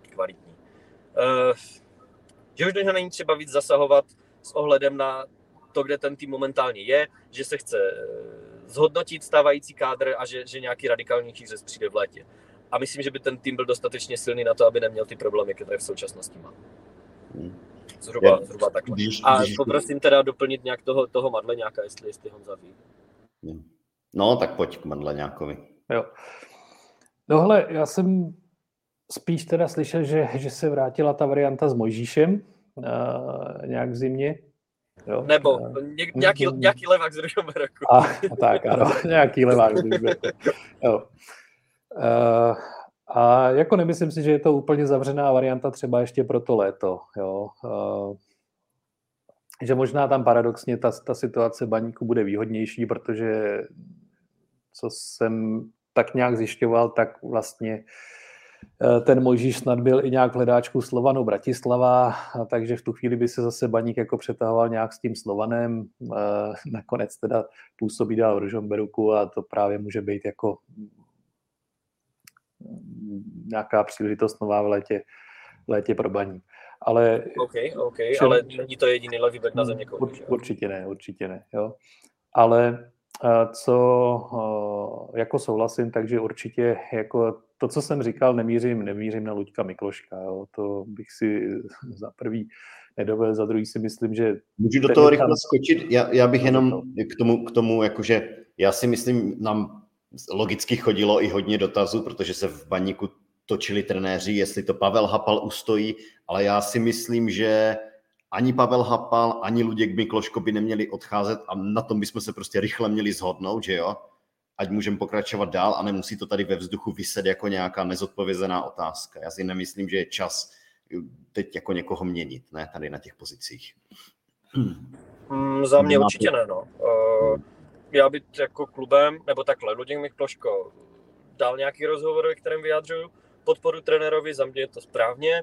že už do něho není třeba víc zasahovat s ohledem na to, kde ten tým momentálně je, že se chce zhodnotit stávající kádr a že nějaký radikální řez přijde v létě. A myslím, že by ten tým byl dostatečně silný na to, aby neměl ty problémy, které v současnosti má. Zhruba takhle. A poprosím teda doplnit nějak toho Madleňáka, jestli Honza ví. No, tak pojď k Madleňákovi. Jo. No hele, já jsem spíš teda slyšel, že se vrátila ta varianta s Mojžíšem nějak v zimě. Jo? Nebo nějaký levák z Ružomberku. Tak, ano, nějaký levák z Ružomberku. Jo. A jako nemyslím si, že je to úplně zavřená varianta třeba ještě pro to léto. Jo. Že možná tam paradoxně ta situace baníku bude výhodnější, protože co jsem tak nějak zjišťoval, tak vlastně ten Mojžíš snad byl i nějak v hledáčku Slovanu Bratislava, takže v tu chvíli by se zase baník jako přetahoval nějak s tím Slovanem. Nakonec teda působí dál v Ružomberuku a to právě může být jako nějaká příležitost nová v létě pro baník. Ale, OK, ale není to jediný levý back na země. Určitě ne. Jo. Ale jako souhlasím, takže určitě jako to, co jsem říkal, nemířím na Luďka Mikloška. Jo. To bych si za prvý nedovedl, za druhý si myslím, že... Můžu do toho rychle skočit? Já bych jenom k tomu, jakože já si myslím, nám logicky chodilo i hodně dotazů, protože se v baníku točili trenéři, jestli to Pavel Hapal ustojí, ale já si myslím, že ani Pavel Hapal, ani Luděk Mikloško by neměli odcházet a na tom bychom se prostě rychle měli shodnout, že jo? Ať můžeme pokračovat dál a nemusí to tady ve vzduchu viset jako nějaká nezodpovězená otázka. Já si nemyslím, že je čas teď jako někoho měnit, ne, tady na těch pozicích. Za mě určitě ne, no. Já bych jako klubem, nebo takhle, Luděk Mikloško dal nějaký rozhovor, ve kterém vyjádřuju podporu trenérovi, za mě je to správně.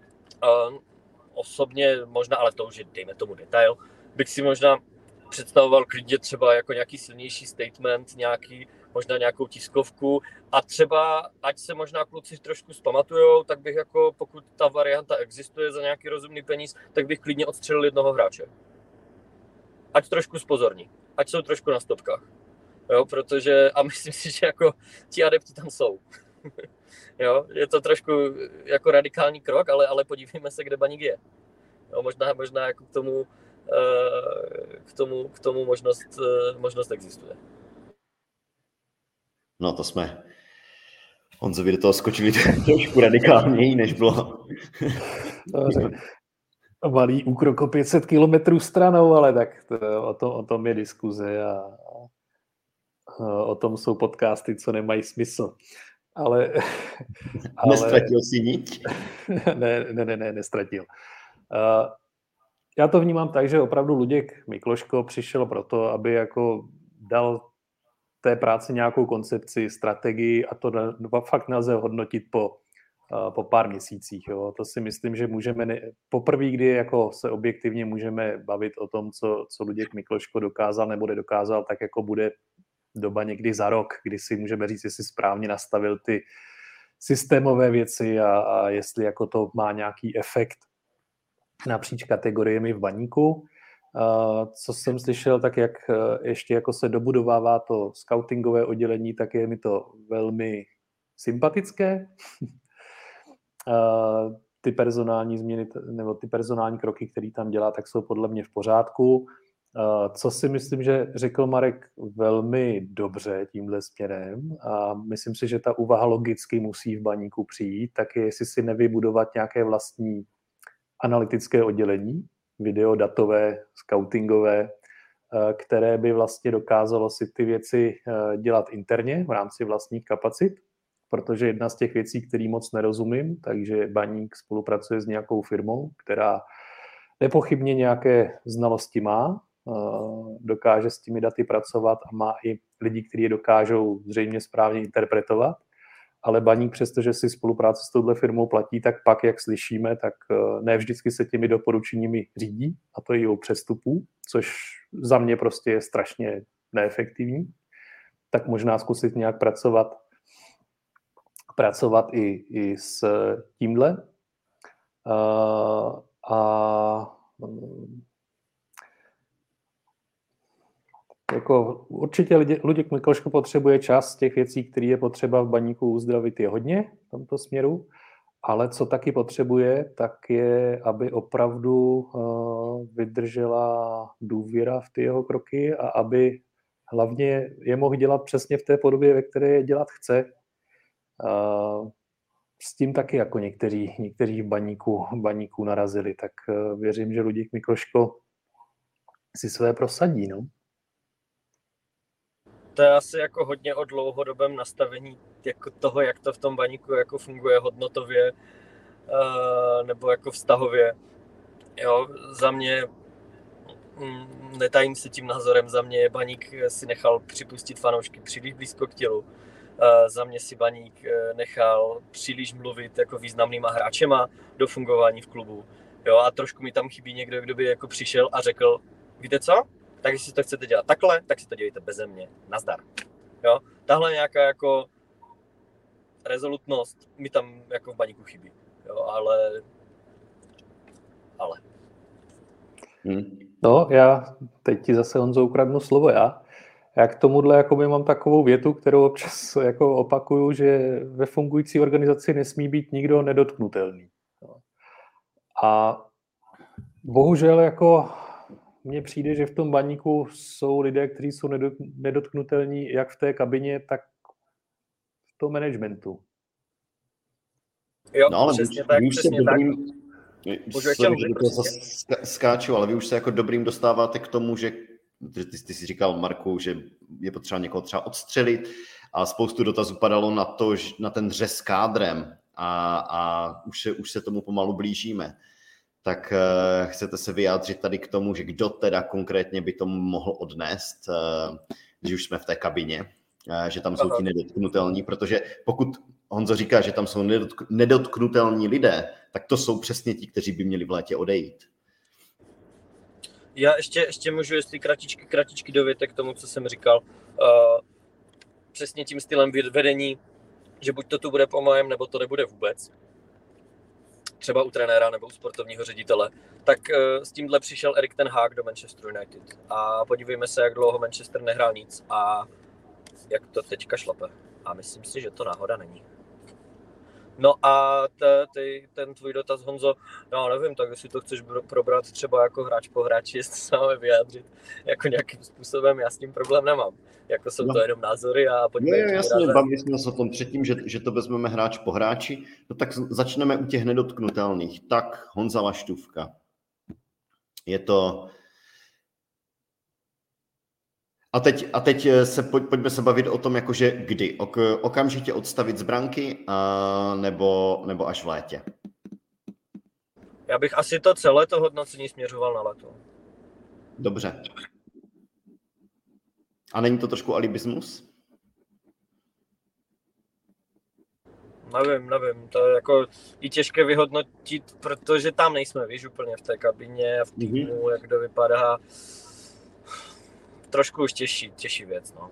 Osobně možná, ale to už je, dejme tomu detail, bych si možná představoval klidně třeba jako nějaký silnější statement, možná nějakou tiskovku a třeba, ať se možná kluci trošku zpamatujou, tak bych jako, pokud ta varianta existuje za nějaký rozumný peníz, tak bych klidně odstřelil jednoho hráče. Ať trošku zpozorní, ať jsou trošku na stopkách. Jo, protože, a myslím si, že jako ti adepti tam jsou. Jo, je to trošku jako radikální krok, ale podívejme se, kde baník je. Jo, možná jako k tomu možnost existuje. No to jsme Honzovi do toho skočili trošku radikálněji, než bylo. Malý úkrok o 500 kilometrů stranou, ale tak o tom je diskuze a o tom jsou podcasty, co nemají smysl. Ale Nestratil si nic? Ne, nestratil. Já to vnímám tak, že opravdu Luděk Mikloško přišel proto, aby jako dal té práci nějakou koncepci, strategii a to fakt nelze hodnotit po pár měsících. Jo. To si myslím, že můžeme poprvé, kdy jako se objektivně můžeme bavit o tom, co Luděk Mikloško dokázal nebo nedokázal, tak jako bude doba někdy za rok, kdy si můžeme říct, jestli správně nastavil ty systémové věci a jestli jako to má nějaký efekt napříč kategoriemi v baníku. Co jsem slyšel, tak jak ještě jako se dobudovává to scoutingové oddělení, tak je mi to velmi sympatické. Ty personální změny nebo ty personální kroky, které tam dělá, tak jsou podle mě v pořádku. Co si myslím, že řekl Marek velmi dobře tímhle směrem a myslím si, že ta úvaha logicky musí v baníku přijít, tak je, jestli si nevybudovat nějaké vlastní analytické oddělení, videodatové, scoutingové, které by vlastně dokázalo si ty věci dělat interně v rámci vlastních kapacit, protože jedna z těch věcí, který moc nerozumím, takže baník spolupracuje s nějakou firmou, která nepochybně nějaké znalosti má, dokáže s těmi daty pracovat a má i lidi, kteří je dokážou zřejmě správně interpretovat, ale baník, přestože si spolupráce s touhle firmou platí, tak pak, jak slyšíme, tak ne vždycky se těmi doporučeními řídí, a to i u přestupů, což za mě prostě je strašně neefektivní. Tak možná zkusit nějak pracovat i s tímhle. Jako určitě Luděk Mikloško potřebuje čas, těch věcí, které je potřeba v baníku uzdravit, je hodně v tomto směru, ale co taky potřebuje, tak je, aby opravdu vydržela důvěra v ty jeho kroky a aby hlavně je mohl dělat přesně v té podobě, ve které je dělat chce. S tím taky jako někteří v baníku narazili, tak věřím, že Luděk Mikloško si své prosadí, no. to je asi jako hodně o dlouhodobém nastavení jako toho, jak to v tom baníku jako funguje hodnotově nebo jako vztahově. Jo, za mě, netajím se tím názorem, za mě Baník si nechal připustit fanoušky příliš blízko k tělu. Za mě si Baník nechal příliš mluvit jako významnýma hráčema do fungování v klubu. Jo, a trošku mi tam chybí někdo, kdo by jako přišel a řekl, víte co? Tak jestli to chcete dělat takhle, tak si to dělejte beze mě. Nazdar. Jo? Tahle nějaká jako rezolutnost mi tam jako v Baníku chybí. Jo, ale. No, já teď ti zase, Honzo, ukradnu slovo já. Já k tomuhle jakoby mám takovou větu, kterou občas jako opakuju, že ve fungující organizaci nesmí být nikdo nedotknutelný. A bohužel jako mně přijde, že v tom Baníku jsou lidé, kteří jsou nedotknutelní jak v té kabině, tak v tom managementu. Jo, no, ale přesně tak, přesně dobrým, skáču, ale vy už se jako dobrým dostáváte k tomu, že ty jsi říkal, Marku, že je potřeba někoho třeba odstřelit a spoustu dotazů padalo na to, na ten řez kádrem a už se tomu pomalu blížíme. Tak chcete se vyjádřit tady k tomu, že kdo teda konkrétně by to mohl odnést, když už jsme v té kabině, že tam jsou ti nedotknutelní, protože pokud Honzo říká, že tam jsou nedotknutelní lidé, tak to jsou přesně ti, kteří by měli v létě odejít. Já ještě můžu, jestli kratičky dovětek k tomu, co jsem říkal. Přesně tím stylem vedení, že buď to tu bude po mojem, nebo to nebude vůbec. Třeba u trenéra nebo u sportovního ředitele. Tak s tímhle přišel Erik ten Hag do Manchester United. A podívejme se, jak dlouho Manchester nehrál nic a jak to teďka šlape. A myslím si, že to náhoda není. No a ten tvůj dotaz, Honzo, no nevím, tak jestli to chceš probrat třeba jako hráč po hráči, jestli se máme vyjádřit jako nějakým způsobem, já s tím problém nemám. Jako jsou to jenom názory a pojďme. Jo, jasně, bavili jsme se o tom předtím, že to vezmeme hráč po hráči, no tak začneme u těch nedotknutelných. Tak Honza Laštůvka. Je to... A teď pojďme se bavit o tom, jakože kdy. Okamžitě odstavit z branky nebo až v létě? Já bych asi to celé to hodnocení směřoval na léto. Dobře. A není to trošku alibismus? Nevím. To je jako i těžké vyhodnotit, protože tam nejsme, víš, úplně v té kabině, v týmu, jak to vypadá. Trošku už těžší věc, no.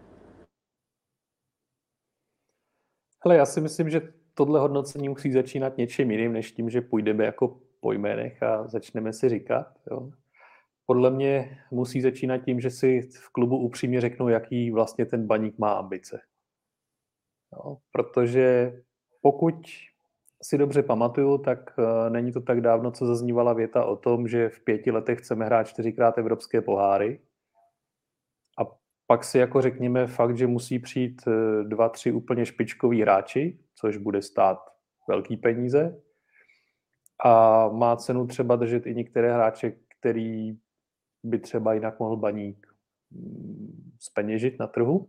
Hele, já si myslím, že tohle hodnocení musí začínat něčím jiným, než tím, že půjdeme jako po jménech a začneme si říkat. Jo. Podle mě musí začínat tím, že si v klubu upřímně řeknou, jaký vlastně ten Baník má ambice. Jo, protože pokud si dobře pamatuju, tak není to tak dávno, co zaznívala věta o tom, že v 5 letech chceme hrát 4krát evropské poháry. A pak si jako řekněme fakt, že musí přijít 2-3 úplně špičkoví hráči, což bude stát velký peníze. A má cenu třeba držet i některé hráče, který by třeba jinak mohl Baník zpeněžit na trhu.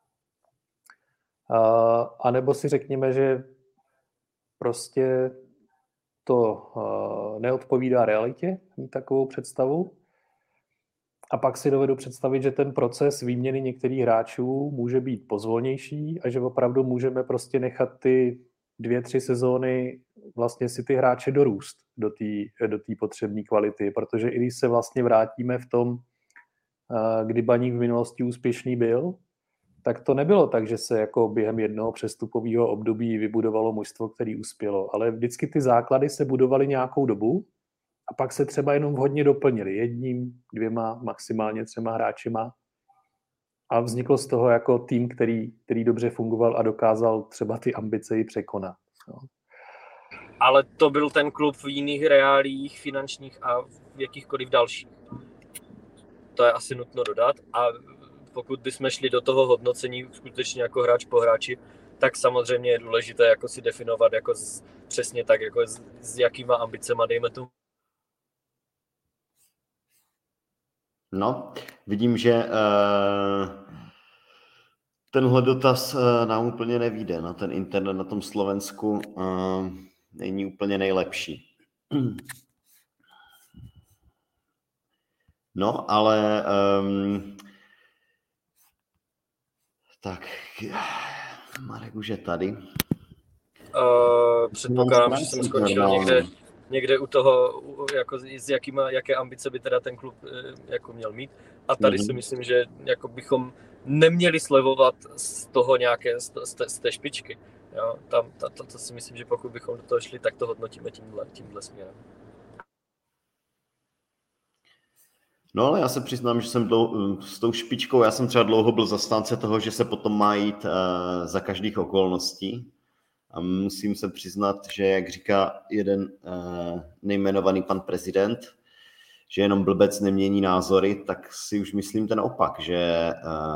A nebo si řekněme, že prostě to neodpovídá realitě, mít takovou představu. A pak si dovedu představit, že ten proces výměny některých hráčů může být pozvolnější a že opravdu můžeme prostě nechat ty 2-3 sezóny vlastně si ty hráče dorůst do té potřebné kvality, protože i když se vlastně vrátíme v tom, kdy Baník v minulosti úspěšný byl, tak to nebylo tak, že se jako během jednoho přestupového období vybudovalo mužstvo, který uspělo, ale vždycky ty základy se budovaly nějakou dobu a pak se třeba jenom vhodně doplnili 1, 2, maximálně 3 hráčima a vzniklo z toho jako tým, který dobře fungoval a dokázal třeba ty ambice i překonat. No. Ale to byl ten klub v jiných reálích finančních a v jakýchkoliv dalších. To je asi nutno dodat a pokud bychom šli do toho hodnocení skutečně jako hráč po hráči, tak samozřejmě je důležité jako si definovat jako přesně tak, jako s jakýma ambicema, dejme tomu. No, vidím, že Tenhle dotaz nám úplně nevyjde. Na ten internet na tom Slovensku není úplně nejlepší. No, ale tak, Marek už je tady. Předpokládám, že jsem skončil někde u toho, jako jaké ambice by teda ten klub jako měl mít. A tady si myslím, že jako bychom neměli slevovat z toho nějaké, z té špičky. Jo? To si myslím, že pokud bychom do toho šli, tak to hodnotíme tímhle směrem. No ale já se přiznám, že jsem s tou špičkou, já jsem třeba dlouho byl zastánce toho, že se potom má jít za každých okolností. A musím se přiznat, že jak říká jeden nejmenovaný pan prezident, že jenom blbec nemění názory, tak si už myslím ten opak, že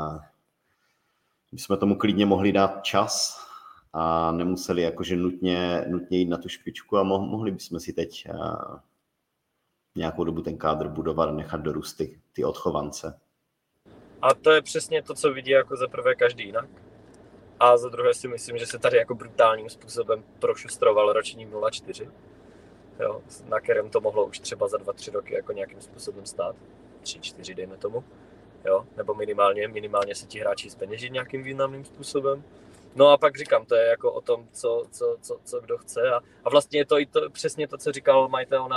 bychom tomu klidně mohli dát čas a nemuseli jakože nutně jít na tu špičku a mohli bychom si teď nějakou dobu ten kádr budovat a nechat dorůst ty odchovance. A to je přesně to, co vidí jako za prvé každý jinak. A za druhé si myslím, že se tady jako brutálním způsobem prošustroval ročník 04, jo, na kterém to mohlo už třeba za 2-3 roky jako nějakým způsobem stát. 3-4 dejme tomu. Jo, nebo minimálně se ti hráči zpeněžit nějakým významným způsobem. No a pak říkám, to je jako o tom, co kdo chce. A vlastně je to i přesně to, co říkal majitel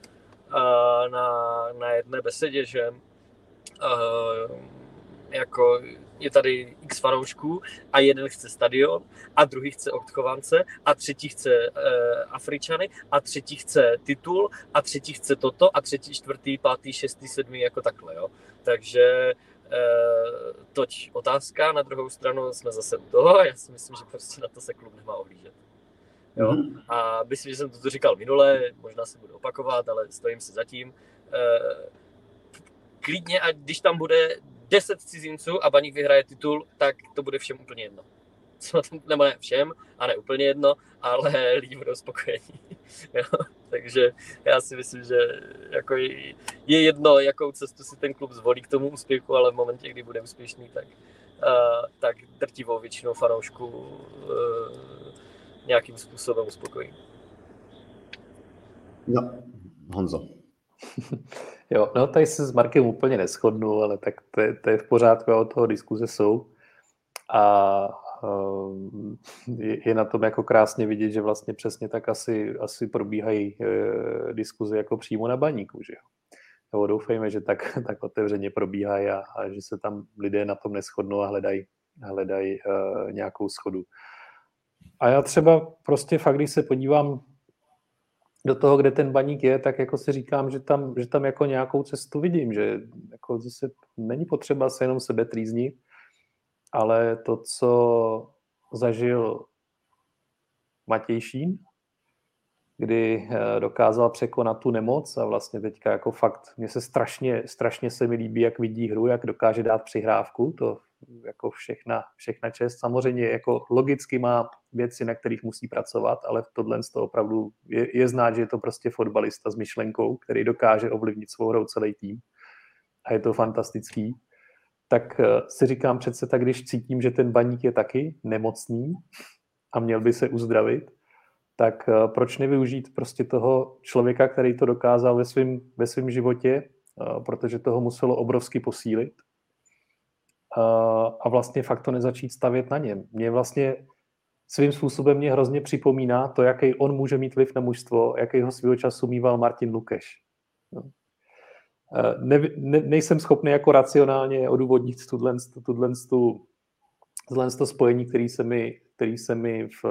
na jedné besedě, že jako je tady x fanoušků a jeden chce stadion a druhý chce odchovance a třetí chce Afričany a třetí chce titul a třetí chce toto a třetí, čtvrtý, pátý, šestý, sedmý jako takhle, jo. Takže toť otázka, na druhou stranu jsme zase u toho, já si myslím, že prostě na to se klub nemá ohlížet. Jo? A myslím, že jsem to říkal minule, možná se budu opakovat, ale stojím si za tím. Klidně, a když tam bude 10 cizinců a Baník vyhraje titul, tak to bude všem úplně jedno. Nebo ne všem, a ne úplně jedno, ale lidi budou spokojení. Takže já si myslím, že jako je jedno, jakou cestu si ten klub zvolí k tomu úspěchu, ale v momentě, kdy bude úspěšný, tak drtivou většinou fanoušků nějakým způsobem uspokojí. No, Honzo. Jo, no tady se s Markem úplně neshodnu, ale tak to je v pořádku a od toho diskuze jsou. A je na tom jako krásně vidět, že vlastně přesně tak asi probíhají diskuze jako přímo na Baníku, že jo. Jo, doufejme, že tak otevřeně probíhají a že se tam lidé na tom neshodnou a hledají nějakou shodu. A já třeba prostě fakt, když se podívám do toho, kde ten Baník je, tak jako si říkám, že tam jako nějakou cestu vidím, že jako zase není potřeba se jenom sebe trýznit, ale to, co zažil Matěj Šín, kdy dokázal překonat tu nemoc a vlastně teďka jako fakt, mně se strašně se mi líbí, jak vidí hru, jak dokáže dát přihrávku, to jako všechna čest. Samozřejmě jako logicky má věci, na kterých musí pracovat, ale tohle z toho opravdu je znát, že je to prostě fotbalista s myšlenkou, který dokáže ovlivnit svou hrou celý tým a je to fantastický. Tak si říkám přece tak, když cítím, že ten Baník je taky nemocný a měl by se uzdravit, tak proč nevyužít prostě toho člověka, který to dokázal ve svém životě, protože toho muselo obrovsky posílit a vlastně fakt to nezačít stavět na něm. Mě vlastně svým způsobem mě hrozně připomíná to, jaký on může mít vliv na mužstvo, jakýho svýho času mýval Martin Lukeš. Nejsem schopný jako racionálně odůvodnit tohle spojení, který se mi v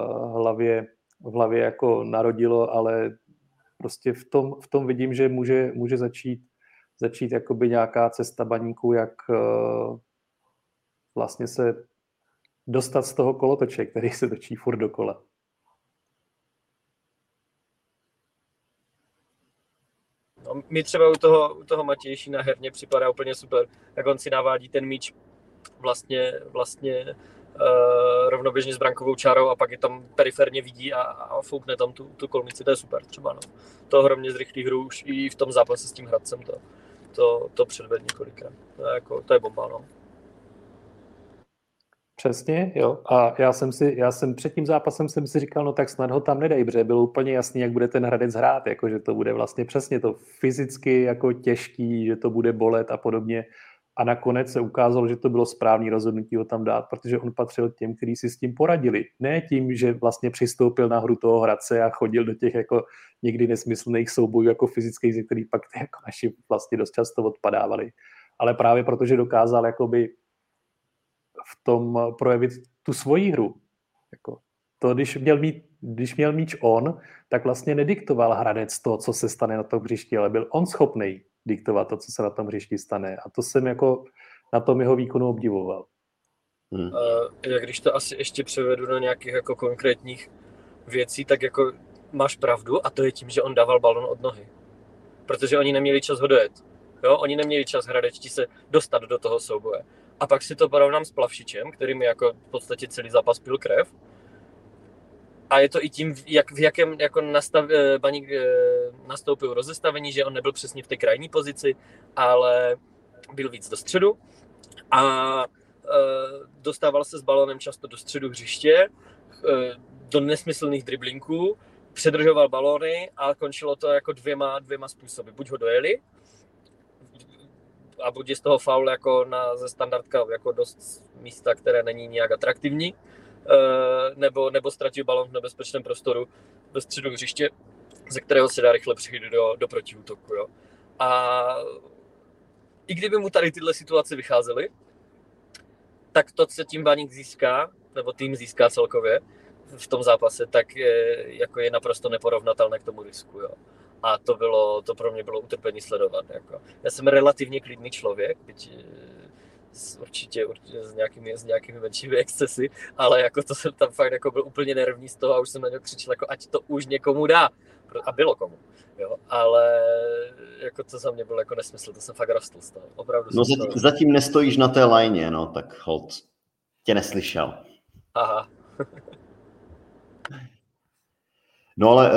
hlavě jako narodilo, ale prostě v tom vidím, že může začít jakoby nějaká cesta Baníku, jak vlastně se dostat z toho kolotoče, který se točí furt dokola. No, mi třeba u toho Matěje Šína herně připadá úplně super, jak on si navádí ten míč vlastně rovnoběžně s brankovou čárou a pak je tam periferně vidí a foukne tam tu kolmici, to je super třeba. No. To ohromně z rychlých hru už i v tom zápase s tím Hradcem to předved několikrát. To je bomba, no. Přesně, jo. A já jsem před tím zápasem jsem si říkal, no tak snad ho tam nedej, protože bylo úplně jasný, jak bude ten Hradec hrát, jako že to bude vlastně přesně to fyzicky jako těžký, že to bude bolet a podobně. A nakonec se ukázalo, že to bylo správný rozhodnutí ho tam dát, protože on patřil těm, kteří si s tím poradili. Ne tím, že vlastně přistoupil na hru toho Hradce a chodil do těch jako někdy nesmyslných soubojů jako fyzických, ze kterých pak jako naši vlastně dost často odpadávali. Ale právě protože dokázal jakoby v tom projevit tu svoji hru. Jako to, když měl míč on, tak vlastně nediktoval Hradec to, co se stane na tom hřišti, ale byl on schopný diktovat to, co se na tom hřišti stane. A to jsem jako na tom jeho výkonu obdivoval. Jak když to asi ještě převedu do nějakých jako konkrétních věcí, tak jako máš pravdu a to je tím, že on dával balon od nohy. Protože oni neměli čas ho dojet. Jo? Oni neměli čas Hradečti se dostat do toho souboje. A pak si to porovnám s Plavšičem, který mi jako v podstatě celý zápas pil krev. A je to i tím, v jakém jako Baník nastoupil rozestavení, že on nebyl přesně v té krajní pozici, ale byl víc do středu a dostával se s balonem často do středu hřiště, do nesmyslných driblinků, předržoval balóny a končilo to jako dvěma způsoby. Buď ho dojeli, a buď je z toho faul jako ze standardka jako dost místa, které není nějak atraktivní, nebo ztratil balon v nebezpečném prostoru ve středu hřiště, ze kterého se dá rychle přijít do protiútoku. Jo. A i kdyby mu tady tyhle situace vycházely, tak to, co tím Baník získá, nebo tým získá celkově v tom zápase, tak jako je naprosto neporovnatelné k tomu risku. Jo. A to pro mě bylo utrpení sledovat. Jako. Já jsem relativně klidný člověk, byť určitě s nějakými menšími excesy, ale jako to jsem tam fakt jako byl úplně nervní z toho a už jsem na něj křičel, jako ať to už někomu dá. A bylo komu. Jo. Ale jako to za mě bylo jako nesmysl, to jsem fakt rostl z toho. Opravdu no zatím nestojíš na té lajně, no, tak hold. Tě neslyšel. Aha. No ale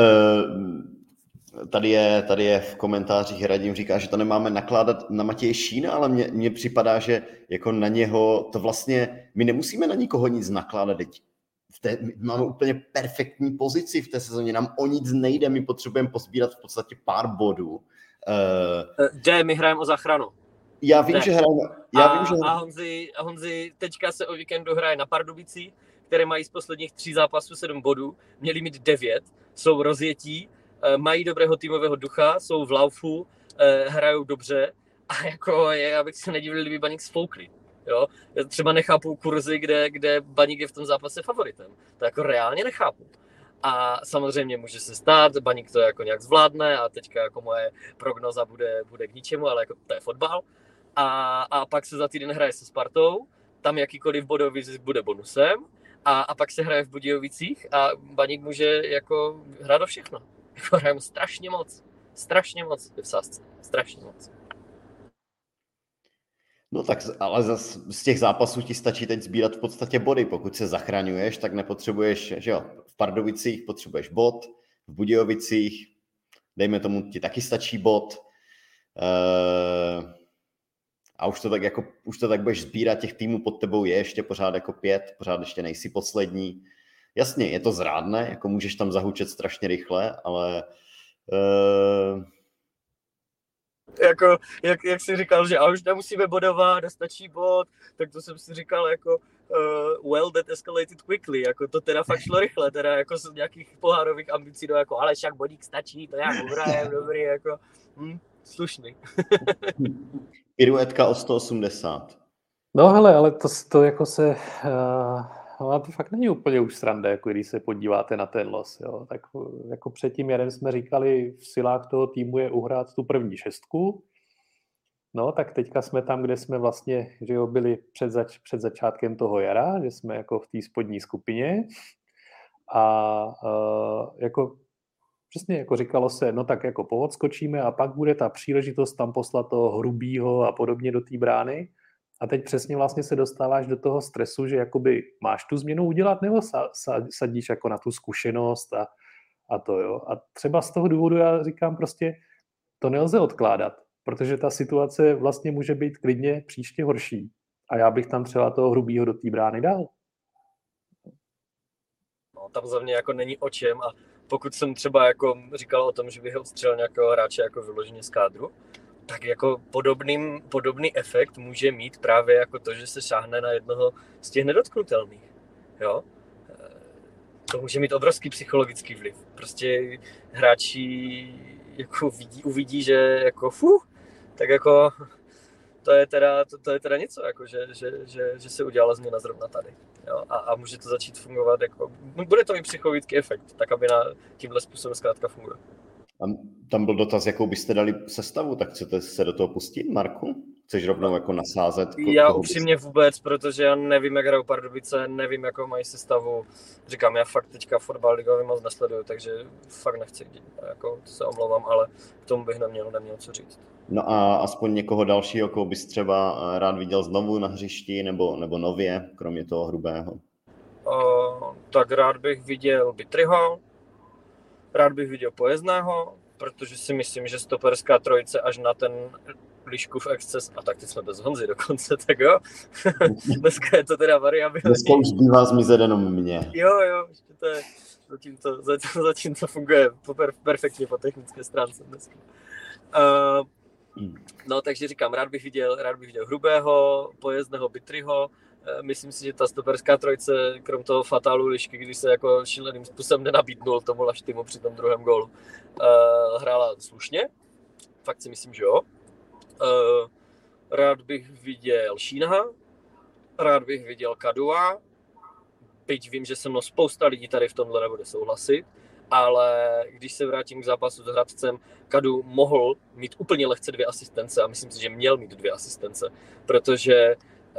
tady je v komentářích Radim říká, že to nemáme nakládat na Matěje Šína, ale mně připadá, že jako na něho to vlastně, my nemusíme na nikoho nic nakládat. Máme úplně perfektní pozici v té sezóně, nám o nic nejde, my potřebujeme pozbírat v podstatě pár bodů. My hrajeme o záchranu. Já vím, že hrajeme. A Honzi teďka se o víkendu hraje na Pardubicích, které mají z posledních 3 zápasů 7 bodů, měli mít 9, jsou rozjetí, mají dobrého týmového ducha, jsou v laufu, hrajou dobře a jako já bych se nedivil, kdyby Baník sfoukli. Jo? Já třeba nechápu kurzy, kde Baník je v tom zápase favoritem. To jako reálně nechápu. A samozřejmě může se stát, Baník to jako nějak zvládne a teďka jako moje prognoza bude k ničemu, ale jako to je fotbal. A pak se za týden hraje se Spartou, tam jakýkoliv bodový zisk bude bonusem a pak se hraje v Budějovicích a Baník může jako hrát o všechno. Jako hrajeme strašně moc v sázce, strašně moc. No tak, ale z těch zápasů ti stačí teď sbírat v podstatě body. Pokud se zachraňuješ, tak nepotřebuješ, že jo, v Pardubicích potřebuješ bod, v Budějovicích, dejme tomu, ti taky stačí bod. A už to tak budeš sbírat, těch týmů pod tebou je ještě pořád jako 5, pořád ještě nejsi poslední. Jasně, je to zrádné, jako můžeš tam zahučet strašně rychle, ale jako, jak jsi říkal, že a už nemusíme bodovat, stačí bod, tak to jsem si říkal jako well, that escalated quickly, jako to teda fakt šlo rychle, teda jako z nějakých pohárových ambicí do jako, ale však bodík stačí, to já uhrajem, dobrý, jako slušný. Piruetka o 180. No hele, ale to jako se... ale to fakt není úplně už sranda, jako když se podíváte na ten los. Jo. Tak jako předtím jeden jsme říkali, v silách toho týmu je uhrát tu první 6. No, tak teďka jsme tam, kde jsme vlastně, že jo, byli před začátkem toho jara, že jsme jako v té spodní skupině a jako přesně jako říkalo se, no tak jako poodskočíme a pak bude ta příležitost tam poslat toho Hrubýho a podobně do té brány. A teď přesně vlastně se dostáváš do toho stresu, že jakoby máš tu změnu udělat nebo sadíš jako na tu zkušenost a to jo. A třeba z toho důvodu já říkám prostě, to nelze odkládat, protože ta situace vlastně může být klidně příště horší. A já bych tam třeba toho Hrubýho do té brány dal. No, tam za mě jako není o čem a pokud jsem třeba jako říkal o tom, že bych odstřelil nějakého hráče jako vyloženě z kádru, tak jako podobný efekt může mít právě jako to, že se šáhne na jednoho z těch nedotknutelných. Jo? To může mít obrovský psychologický vliv. Prostě hráči jako uvidí, že jako tak jako to je teda něco, jako že se udělala změna zrovna tady. Jo? A může to začít fungovat, jako, bude to mít psychologický efekt, tak aby tímhle způsobem zkrátka funguje. Tam byl dotaz, jakou byste dali sestavu, tak chcete se do toho pustit, Marku? Chceš rovnou jako nasázet? Já upřímně vůbec, protože já nevím, jak hrajou Pardubice, nevím, jakou mají sestavu. Říkám, já fakt teďka fotbal ligový moc nesleduju, takže fakt nechci, jako se omlouvám, ale k tomu bych neměl co říct. No a aspoň někoho dalšího, koho bys třeba rád viděl znovu na hřišti, nebo nově, kromě toho Hrubého? Tak rád bych viděl Bytryho, rád bych viděl Pojezného, protože si myslím, že stoperská trojice až na ten Liškův exces, a tak teď jsme bez Honzy dokonce, tak jo. Dneska je to teda variabilní. Dneska už bývá zmizet jenom mě. Jo, ještě to je, zatím to funguje perfektně po technické stránce dneska. No, takže říkám, rád bych viděl Hrubého, Pojezdného, Bytryho. Myslím si, že ta stoperská trojice, krom toho fatálu Lišky, když se jako šíleným způsobem nenabídnul tomu Laštýmu při tom druhém gólu, hrála slušně. Fakt si myslím, že jo. Rád bych viděl Šínaha, rád bych viděl Kadua, byť vím, že se mnou spousta lidí tady v tomhle nebude souhlasit, ale když se vrátím k zápasu s Hradcem, Kadu mohl mít úplně lehce 2 asistence a myslím si, že měl mít 2 asistence, protože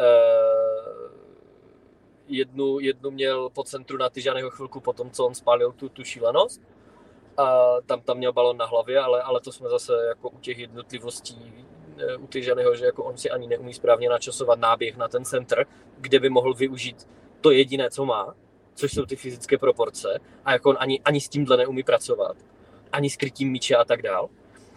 jednu měl po centru na Tyžanyho chvilku po tom, co on spálil tu šílenost. A tam měl balon na hlavě, ale to jsme zase jako u těch jednotlivostí u Tyžanyho, že jako on si ani neumí správně načasovat náběh na ten centr, kde by mohl využít to jediné, co má, což jsou ty fyzické proporce, a jako on ani s tímhle neumí pracovat, ani s krytím míče a tak dál.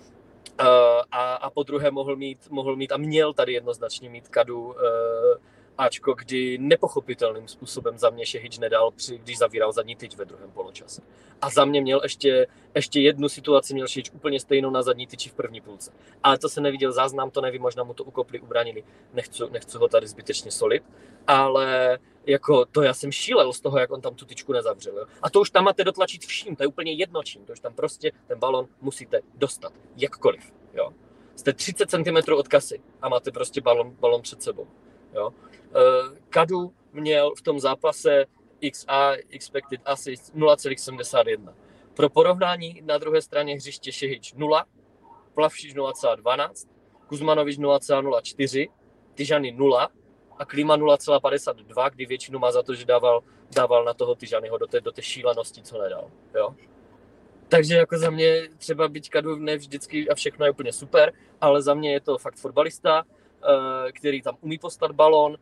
A po druhé mohl mít a měl tady jednoznačně mít Kadu Ačko, kdy nepochopitelným způsobem za mě Šehič nedal, když zavíral zadní tyč ve druhém poločase. A za mě měl ještě jednu situaci, měl Šehič úplně stejnou na zadní tyči v první půlce. Ale to se neviděl záznam, to nevím, možná mu to ukopli, ubranili. Nechci ho tady zbytečně solit, ale jako to já jsem šílel z toho, jak on tam tu tyčku nezavřel. Jo? A to už tam máte dotlačit vším, to je úplně jedno čím, to už tam prostě ten balon musíte dostat, jakkoliv. Jo? Jste 30 cm od kasy a máte prostě balon před sebou. Jo? Kadu měl v tom zápase XA, expected assist, 0,71. Pro porovnání na druhé straně hřiště Šehič 0, Plavšič 0,12, Kuzmanovič 0,04, Tyžany 0 a Klima 0,52, kdy většinu má za to, že dával na toho Tyžanyho do té šílenosti, co nedal. Jo? Takže jako za mě třeba byť Kadu ne vždycky a všechno je úplně super, ale za mě je to fakt fotbalista, který tam umí poslat balón,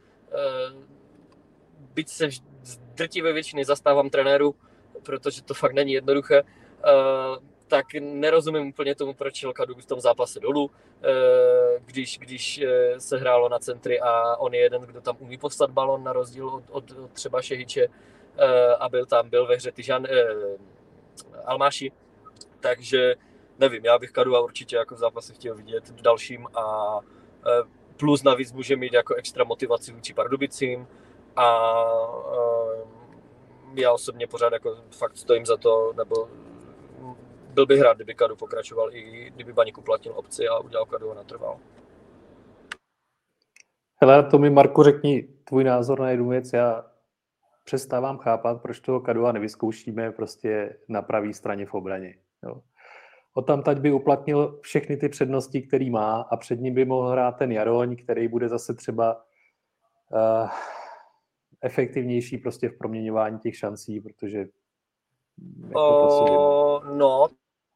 byť se z drtivé většiny zastávám trenéru, protože to fakt není jednoduché, tak nerozumím úplně tomu, proč šel Kadu v tom zápase dolů, když se hrálo na centry a on je jeden, kdo tam umí poslat balón na rozdíl od třeba Šehiče a byl ve hře Tyžan Almáši, takže nevím, já bych Kadu určitě jako v zápase chtěl vidět v dalším a plus navíc může mít jako extra motivaci vůči Pardubicím a já osobně pořád jako fakt stojím za to, nebo byl bych rád, kdyby Kadu pokračoval, i kdyby Baník uplatnil opci a udělal Kadu natrval. Hele, to mi, Marku, řekni tvůj názor na jednu věc. Já přestávám chápat, proč toho Kadua nevyzkoušíme prostě na pravé straně v obraně. Jo. Odtamtať by uplatnil všechny ty přednosti, který má, a před ním by mohl hrát ten Jaroň, který bude zase třeba efektivnější prostě v proměňování těch šancí, protože jako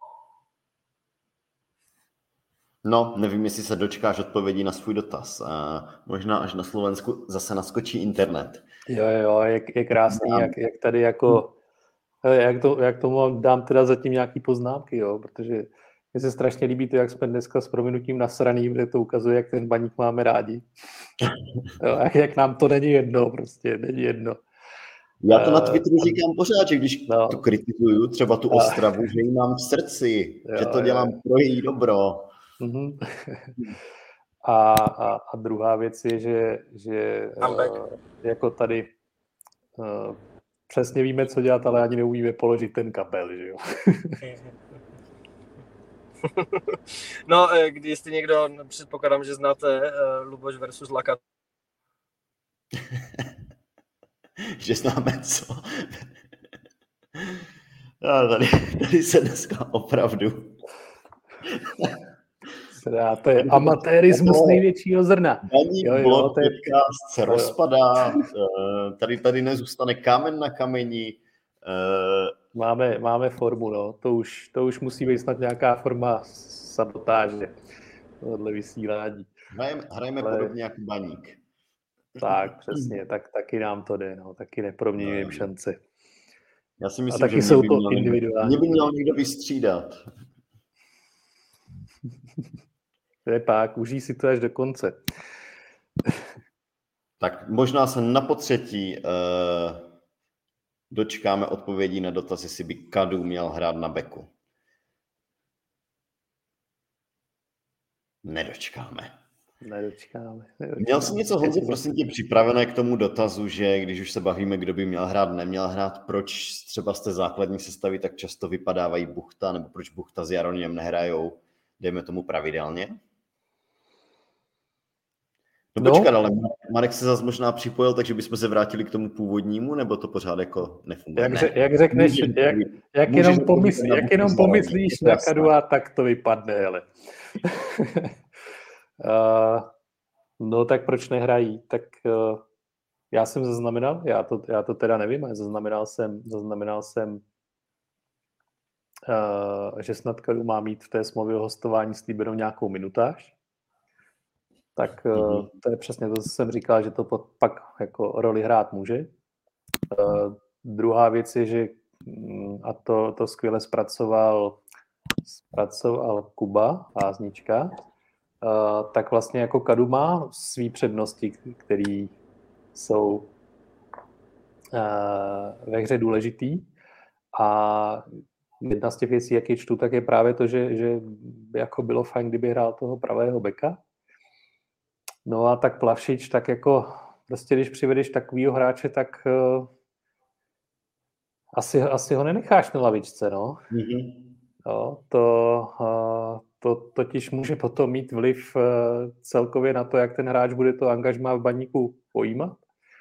No, nevím, jestli se dočkáš odpovědí na svůj dotaz. Možná až na Slovensku zase naskočí internet. Jo, je krásný, jak tady jako, jak tomu dám teda zatím nějaký poznámky, jo, protože Mně se strašně líbí to, jak jsme dneska s prominutím nasraný, kde to ukazuje, jak ten baník máme rádi. Jo, jak nám to není jedno, prostě není jedno. Já to na Twitteru říkám pořád, že když tu kritizuju, třeba tu Ostravu, že ji mám v srdci, že to dělám pro její dobro. A druhá věc je, že jako tady přesně víme, co dělat, ale ani neumíme položit ten kabel, že jo? No, jestli někdo, předpokládám, že znáte Luboš versus Lakat. Že známe co? Tady se dneska opravdu... To je amatérismus největšího zrna. Blog podcast se rozpadá, tady nezůstane kámen na kameni. Máme formu, no. To už musí být snad nějaká forma sabotáže tohle vysílání. Hrajeme podobně jako Baník. Tak, přesně, taky nám to jde, no. Taky neproměňujeme šance. Já si myslím, taky že jsou to individuální. Mě by měl někdo vystřídat. To je pak, užij si to až do konce. Tak možná se na potřetí dočkáme odpovědí na dotaz, jestli by Kadu měl hrát na beku. Nedočkáme. Měl jsi něco, Honzo, prosím tě, připravené k tomu dotazu, že když už se bavíme, kdo by měl hrát, neměl hrát, proč třeba z té základní sestavy tak často vypadávají Buchta, nebo proč Buchta s Jaroněm nehrajou, dejme tomu pravidelně? No počkat, ale Marek se zase možná připojil, takže bychom se vrátili k tomu původnímu, nebo to pořád jako nefunguje? Jak řekneš, jak jenom pomyslíš na Kadu, a tak to vypadne, hele. No tak proč nehrají? Tak já jsem zaznamenal, já to teda nevím, ale zaznamenal jsem že snad Kadu má mít v té smlouvě o hostování slíbenou nějakou minutáž. Tak to je přesně to, co jsem říkal, že to pak jako roli hrát může. Druhá věc je, že a to skvěle zpracoval Kuba Háznička, tak vlastně jako Kadu má svý přednosti, které jsou ve hře důležitý. A jedna z těch věcí, jak je čtu, tak je právě to, že by jako bylo fajn, kdyby hrál toho pravého beka. No a tak Plavšič, tak jako prostě když přivedeš takovýho hráče, tak asi ho nenecháš na lavičce, no. Mm-hmm. No, to totiž může potom mít vliv celkově na to, jak ten hráč bude to angažmá v Baníku pojímat.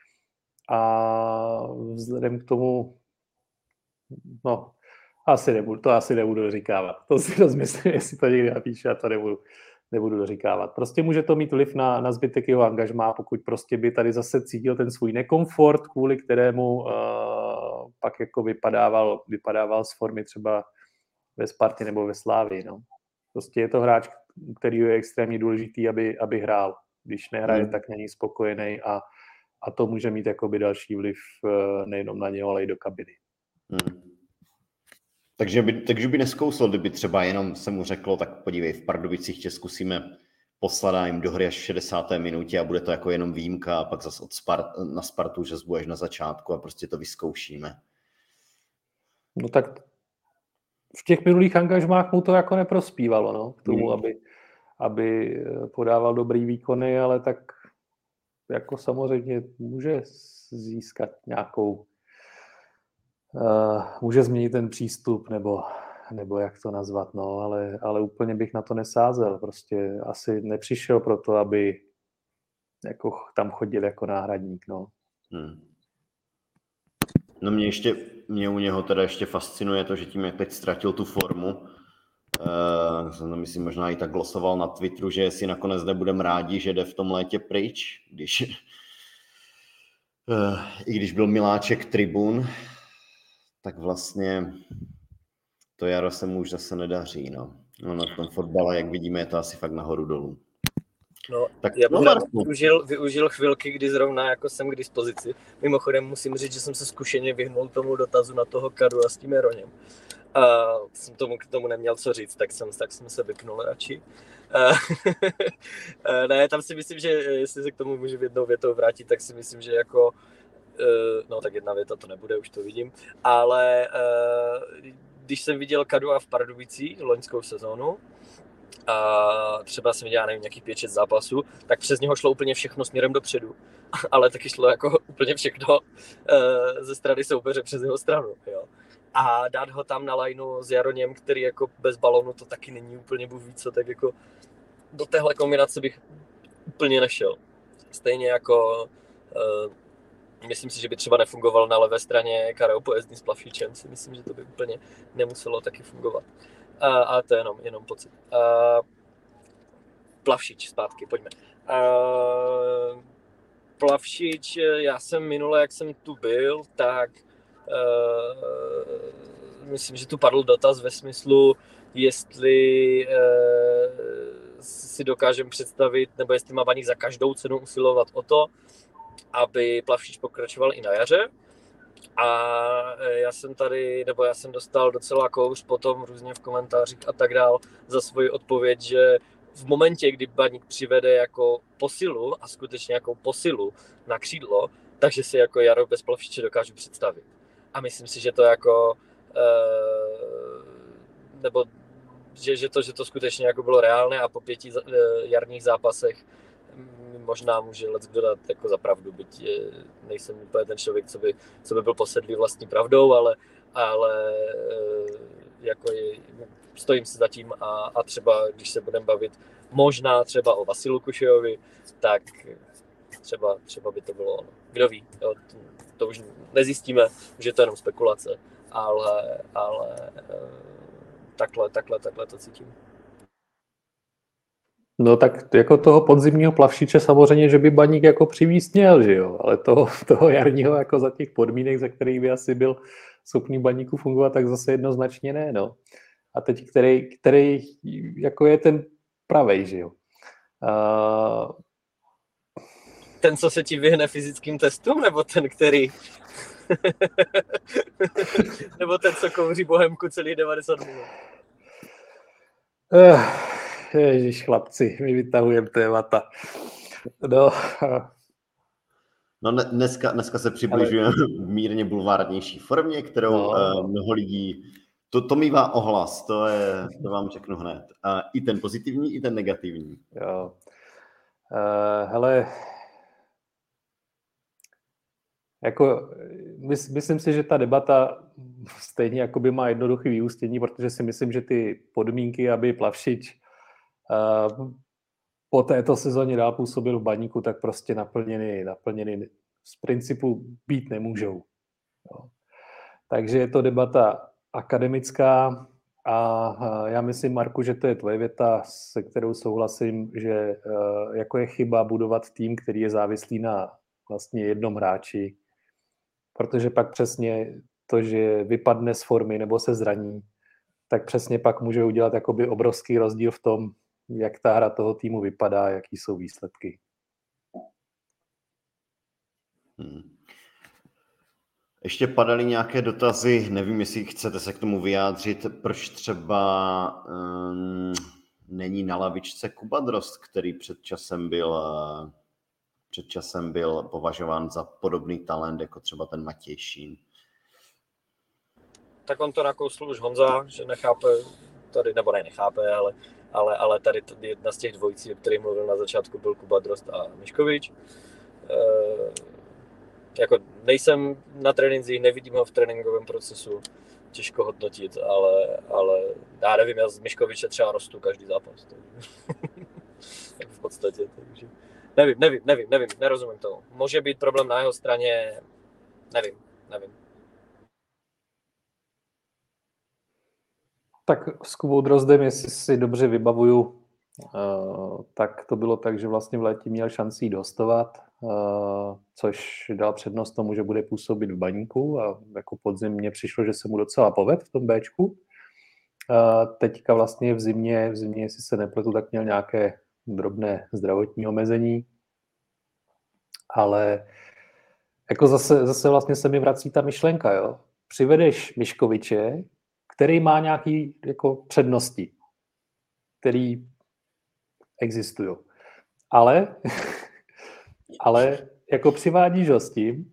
A vzhledem k tomu, no, asi nebudu doříkávat. To si rozmyslím, jestli to někdy napíše, a to nebudu doříkávat. Prostě může to mít vliv na zbytek jeho angažmá, pokud prostě by tady zase cítil ten svůj nekomfort, kvůli kterému pak jako vypadával z formy třeba ve Spartě nebo ve Slávii. No. Prostě je to hráč, který je extrémně důležitý, aby hrál. Když nehraje, tak není spokojený a to může mít jakoby další vliv nejenom na něho, ale i do kabiny. Takže by neskousl, kdyby třeba jenom se mu řeklo, tak podívej, v Pardubicích tě zkusíme poslat jim do hry až v 60. minutě a bude to jako jenom výjimka a pak zase na Spartu, že zbudeš na začátku a prostě to vyzkoušíme. No tak v těch minulých angažmách mu to jako neprospívalo, no, k tomu, aby podával dobrý výkony, ale tak jako samozřejmě může získat nějakou může změnit ten přístup, nebo jak to nazvat, no, ale úplně bych na to nesázel. Prostě asi nepřišel pro to, aby jako tam chodil jako náhradník, no. No mě u něho teda ještě fascinuje to, že tím, jak teď ztratil tu formu, myslím, možná i tak glosoval na Twitteru, že si nakonec nebudeme rádi, že jde v tom létě pryč, i když byl miláček tribun, tak vlastně to jaro se mu už zase nedaří. No na tom fotbale, jak vidíme, je to asi fakt nahoru dolů. No, Tak já bych Marku. využil chvilky, kdy zrovna jako jsem k dispozici. Mimochodem musím říct, že jsem se zkušeně vyhnul tomu dotazu na toho Kadu a s tím Jeroněm. A jsem k tomu neměl co říct, tak jsem se vypnul radši. Ne, tam si myslím, že jestli se k tomu můžu jednou větou vrátit, tak si myslím, že jako no tak jedna věta to nebude, už to vidím, ale když jsem viděl Kadua v Pardubicích loňskou sezónu, a třeba jsem viděl, nevím, nějakých 5-6 zápasů, tak přes něho šlo úplně všechno směrem dopředu, ale taky šlo jako úplně všechno ze strany soupeře přes jeho stranu, jo. A dát ho tam na lajnu s Jaroněm, který jako bez balónu to taky není úplně bůh ví co, tak jako do téhle kombinace bych úplně nešel. Stejně jako myslím si, že by třeba nefungoval na levé straně Karel Pojezdný s Plavšičem, si myslím, že to by úplně nemuselo taky fungovat. A to je jenom pocit. Plavšič zpátky, pojďme. Plavšič, já jsem minule, jak jsem tu byl, tak myslím, že tu padl dotaz ve smyslu, jestli si dokážeme představit, nebo jestli má Baník za každou cenu usilovat o to, aby Plavšič pokračoval i na jaře. A já jsem dostal docela kouř potom různě v komentářích a tak dál za svoji odpověď, že v momentě, kdy Baník přivede jako posilu a skutečně jako posilu na křídlo, takže si jako Jaro bez Plavšiče dokážu představit. A myslím si, že to jako nebo že to skutečně jako bylo reálné a po 5 jarních zápasech možná může let's dodat jako za pravdu, byť nejsem úplně ten člověk, co by byl posedlý vlastní pravdou, ale jako stojím si za tím a třeba, když se budeme bavit možná třeba o Vasilu Kušejovi, tak třeba by to bylo ono. Kdo ví, jo, to už nezjistíme, že to je jenom spekulace, ale takhle to cítím. No tak jako toho podzimního Plavšiče samozřejmě, že by Baník jako přivízt měl, že jo, ale toho jarního jako za těch podmínek, za kterých by asi byl schopný Baníku fungovat, tak zase jednoznačně ne, no. A teď který jako je ten pravej, že jo. Ten, co se ti vyhne fyzickým testům, nebo ten, který... nebo ten, co kouří Bohemku celý 90 minut? Ježiš, chlapci, my vytahujeme témata. No dneska se přibližujeme v mírně bulvárnější formě, kterou mnoho lidí... To mívá ohlas, to vám řeknu hned. I ten pozitivní, i ten negativní. Jo. Hele, jako myslím si, že ta debata stejně jakoby má jednoduchý vyústění, protože si myslím, že ty podmínky, aby Plavšič po této sezóně dál působil v Baníku, tak prostě naplněny z principu být nemůžou. Jo. Takže je to debata akademická a já myslím, Marku, že to je tvoje věta, se kterou souhlasím, že jako je chyba budovat tým, který je závislý na vlastně jednom hráči, protože pak přesně to, že vypadne z formy nebo se zraní, tak přesně pak může udělat jakoby obrovský rozdíl v tom, jak ta hra toho týmu vypadá, jaký jsou výsledky. Ještě padaly nějaké dotazy, nevím, jestli chcete se k tomu vyjádřit, proč třeba není na lavičce Kuba Drozd, který před časem byl považován za podobný talent, jako třeba ten Matěj Šín. Tak on to nakousl už Honza, že nechápe tady, nebo nechápe, ale tady jedna z těch dvojicí, o kterých mluvil na začátku, byl Kuba Drozd a Miškovič. Jako nejsem na trénincích, nevidím ho v tréninkovém procesu, těžko hodnotit, ale já nevím, já z Miškoviče třeba rostu každý zápas. Tak v podstatě, takže nevím, nerozumím tomu. Může být problém na jeho straně, nevím. Tak s Kubou Drozdem, jestli si dobře vybavuju, tak to bylo tak, že vlastně v létě měl šanci jít hostovat, což dal přednost tomu, že bude působit v Baníku a jako podzim mně přišlo, že se mu docela poved v tom Bčku. Teďka vlastně v zimě, jestli se nepletu, tak měl nějaké drobné zdravotní omezení, ale jako zase vlastně se mi vrací ta myšlenka, jo. Přivedeš Miškoviče, který má nějaký jako přednosti, který existují. Ale jako přivádíš ho s tím,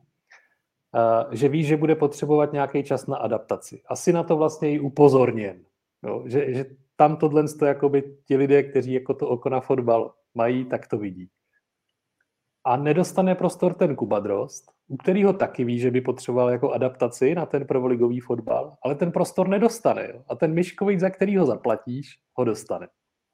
že víš, že bude potřebovat nějaký čas na adaptaci. Asi na to vlastně i upozorněn. Jo? Že tam tohle jakoby ti lidé, kteří jako to oko na fotbal mají, tak to vidí. A nedostane prostor ten Kuba Drozd, u kterého taky ví, že by potřeboval jako adaptaci na ten prvoligový fotbal, ale ten prostor nedostane. Jo? A ten Miškovič, za který ho zaplatíš, ho dostane.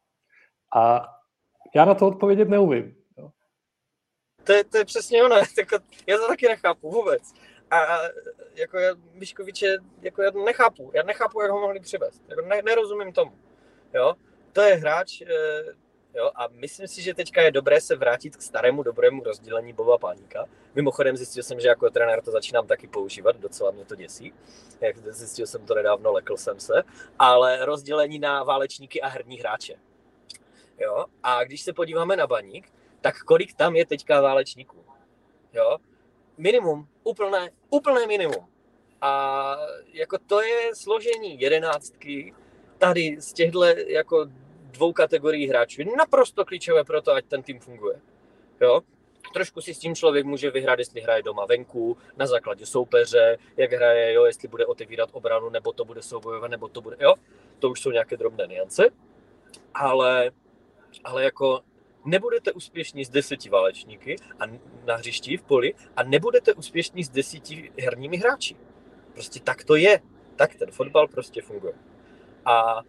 A já na to odpovědět neumím. Jo? To je přesně ono. Já to taky nechápu vůbec. A jako Miškoviče jako já nechápu. Já nechápu, jak ho mohli přivést. Jako nerozumím tomu. Jo? To je hráč, jo? A myslím si, že teďka je dobré se vrátit k starému dobrému rozdělení Boba Páníka. Mimochodem zjistil jsem, že jako trenér to začínám taky používat, docela mě to děsí. Jak zjistil jsem to nedávno, lekl jsem se. Ale rozdělení na válečníky a herní hráče. Jo? A když se podíváme na Baník, tak kolik tam je teďka válečníků? Jo? Minimum, úplné minimum. A jako to je složení 11 tady z těchto jako 2 kategorií hráčů. Naprosto klíčové pro to, ať ten tým funguje. Jo? Trošku si s tím člověk může vyhrát, jestli hraje doma venku, na základě soupeře, jak hraje, jo, jestli bude otevírat obranu, nebo to bude soubojovat, nebo to bude, jo. To už jsou nějaké drobné nuance. Ale jako nebudete úspěšní s 10 válečníky a na hřišti v poli a nebudete úspěšní s 10 herními hráči. Prostě tak to je. Tak ten fotbal prostě funguje. A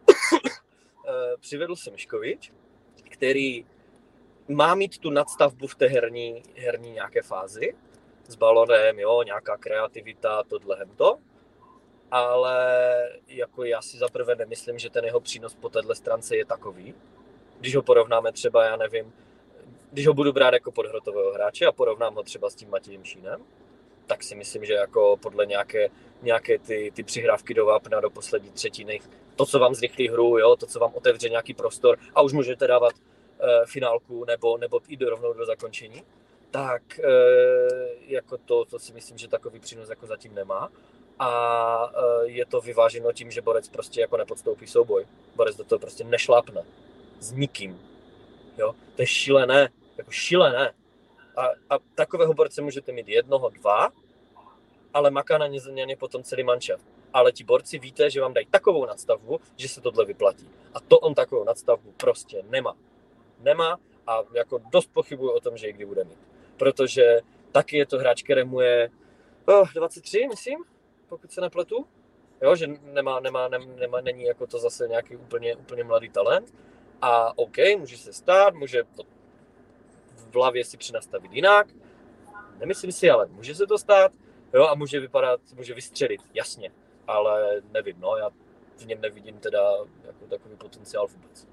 přivedl se Miškovič, který má mít tu nadstavbu v té herní nějaké fázi s balonem, jo, nějaká kreativita, tohle hento. Ale jako já si zaprvé nemyslím, že ten jeho přínos po téhle stránce je takový. Když ho porovnáme třeba, já nevím, když ho budu brát jako podhrotového hráče a porovnám ho třeba s tím Matějem Šínem, tak si myslím, že jako podle nějaké ty přihrávky do vápna do poslední třetiny, to, co vám zrychlí hru, jo, to, co vám otevře nějaký prostor a už můžete dávat finálku nebo jít rovnou do zakončení, tak jako to si myslím, že takový přínos jako zatím nemá. A je to vyváženo tím, že borec prostě jako nepodstoupí souboj. Borec do toho prostě nešlápne. S nikým. Jo? To je šílené. Jako šílené. A takového borce můžete mít 1, 2, ale maká na ně potom celý manšaft. Ale ti borci víte, že vám dají takovou nadstavbu, že se tohle vyplatí. A to on takovou nadstavbu prostě nemá. Nemá a jako dost pochybuju o tom, že ji kdy bude mít. Protože taky je to hráč, kterému je 23, myslím, pokud se nepletu. Jo, že není jako to zase nějaký úplně mladý talent. A OK, může se stát, může to v hlavě si přenastavit jinak. Nemyslím si, ale může se to stát. Jo, a může vystřelit, jasně. Ale nevím, no, já v něm nevidím teda jako takový potenciál vůbec.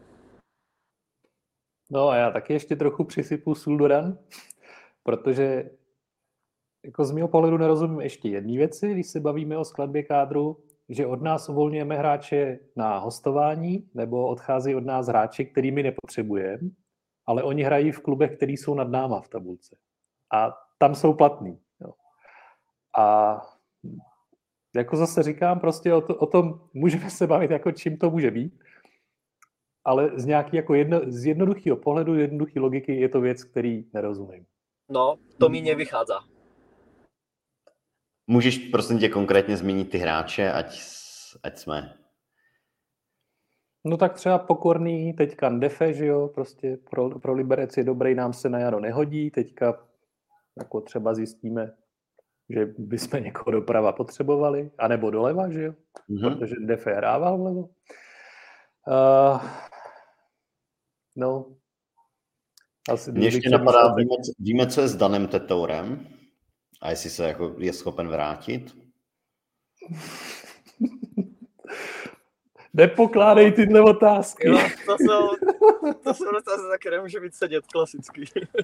No a já taky ještě trochu přisypu sůl do ran, protože jako z mého pohledu nerozumím ještě jedné věci, když se bavíme o skladbě kádru, že od nás uvolňujeme hráče na hostování, nebo odchází od nás hráči, který my nepotřebujeme, ale oni hrají v klubech, který jsou nad náma v tabulce. A tam jsou platný. Jo. A jako zase říkám, prostě o tom můžeme se bavit, jako čím to může být, ale z nějaký jako z jednoduchého pohledu, jednoduché logiky je to věc, který nerozumím. No, to mi nevychází. Můžeš prosím tě konkrétně zmínit ty hráče, ať jsme... No tak třeba Pokorný, teďka Ndefe, že jo, prostě pro Liberec je dobrý, nám se na jaro nehodí, teďka jako třeba zjistíme, že bychom někoho doprava potřebovali, anebo doleva, že jo, protože Ndefe hrával vlevo. No. Mně ještě napadá, víme, co je s Danem Tetourem a jestli se jako je schopen vrátit. Nepokládej tyhle otázky. Jo, to jsou otázky, za které může být sedět klasicky.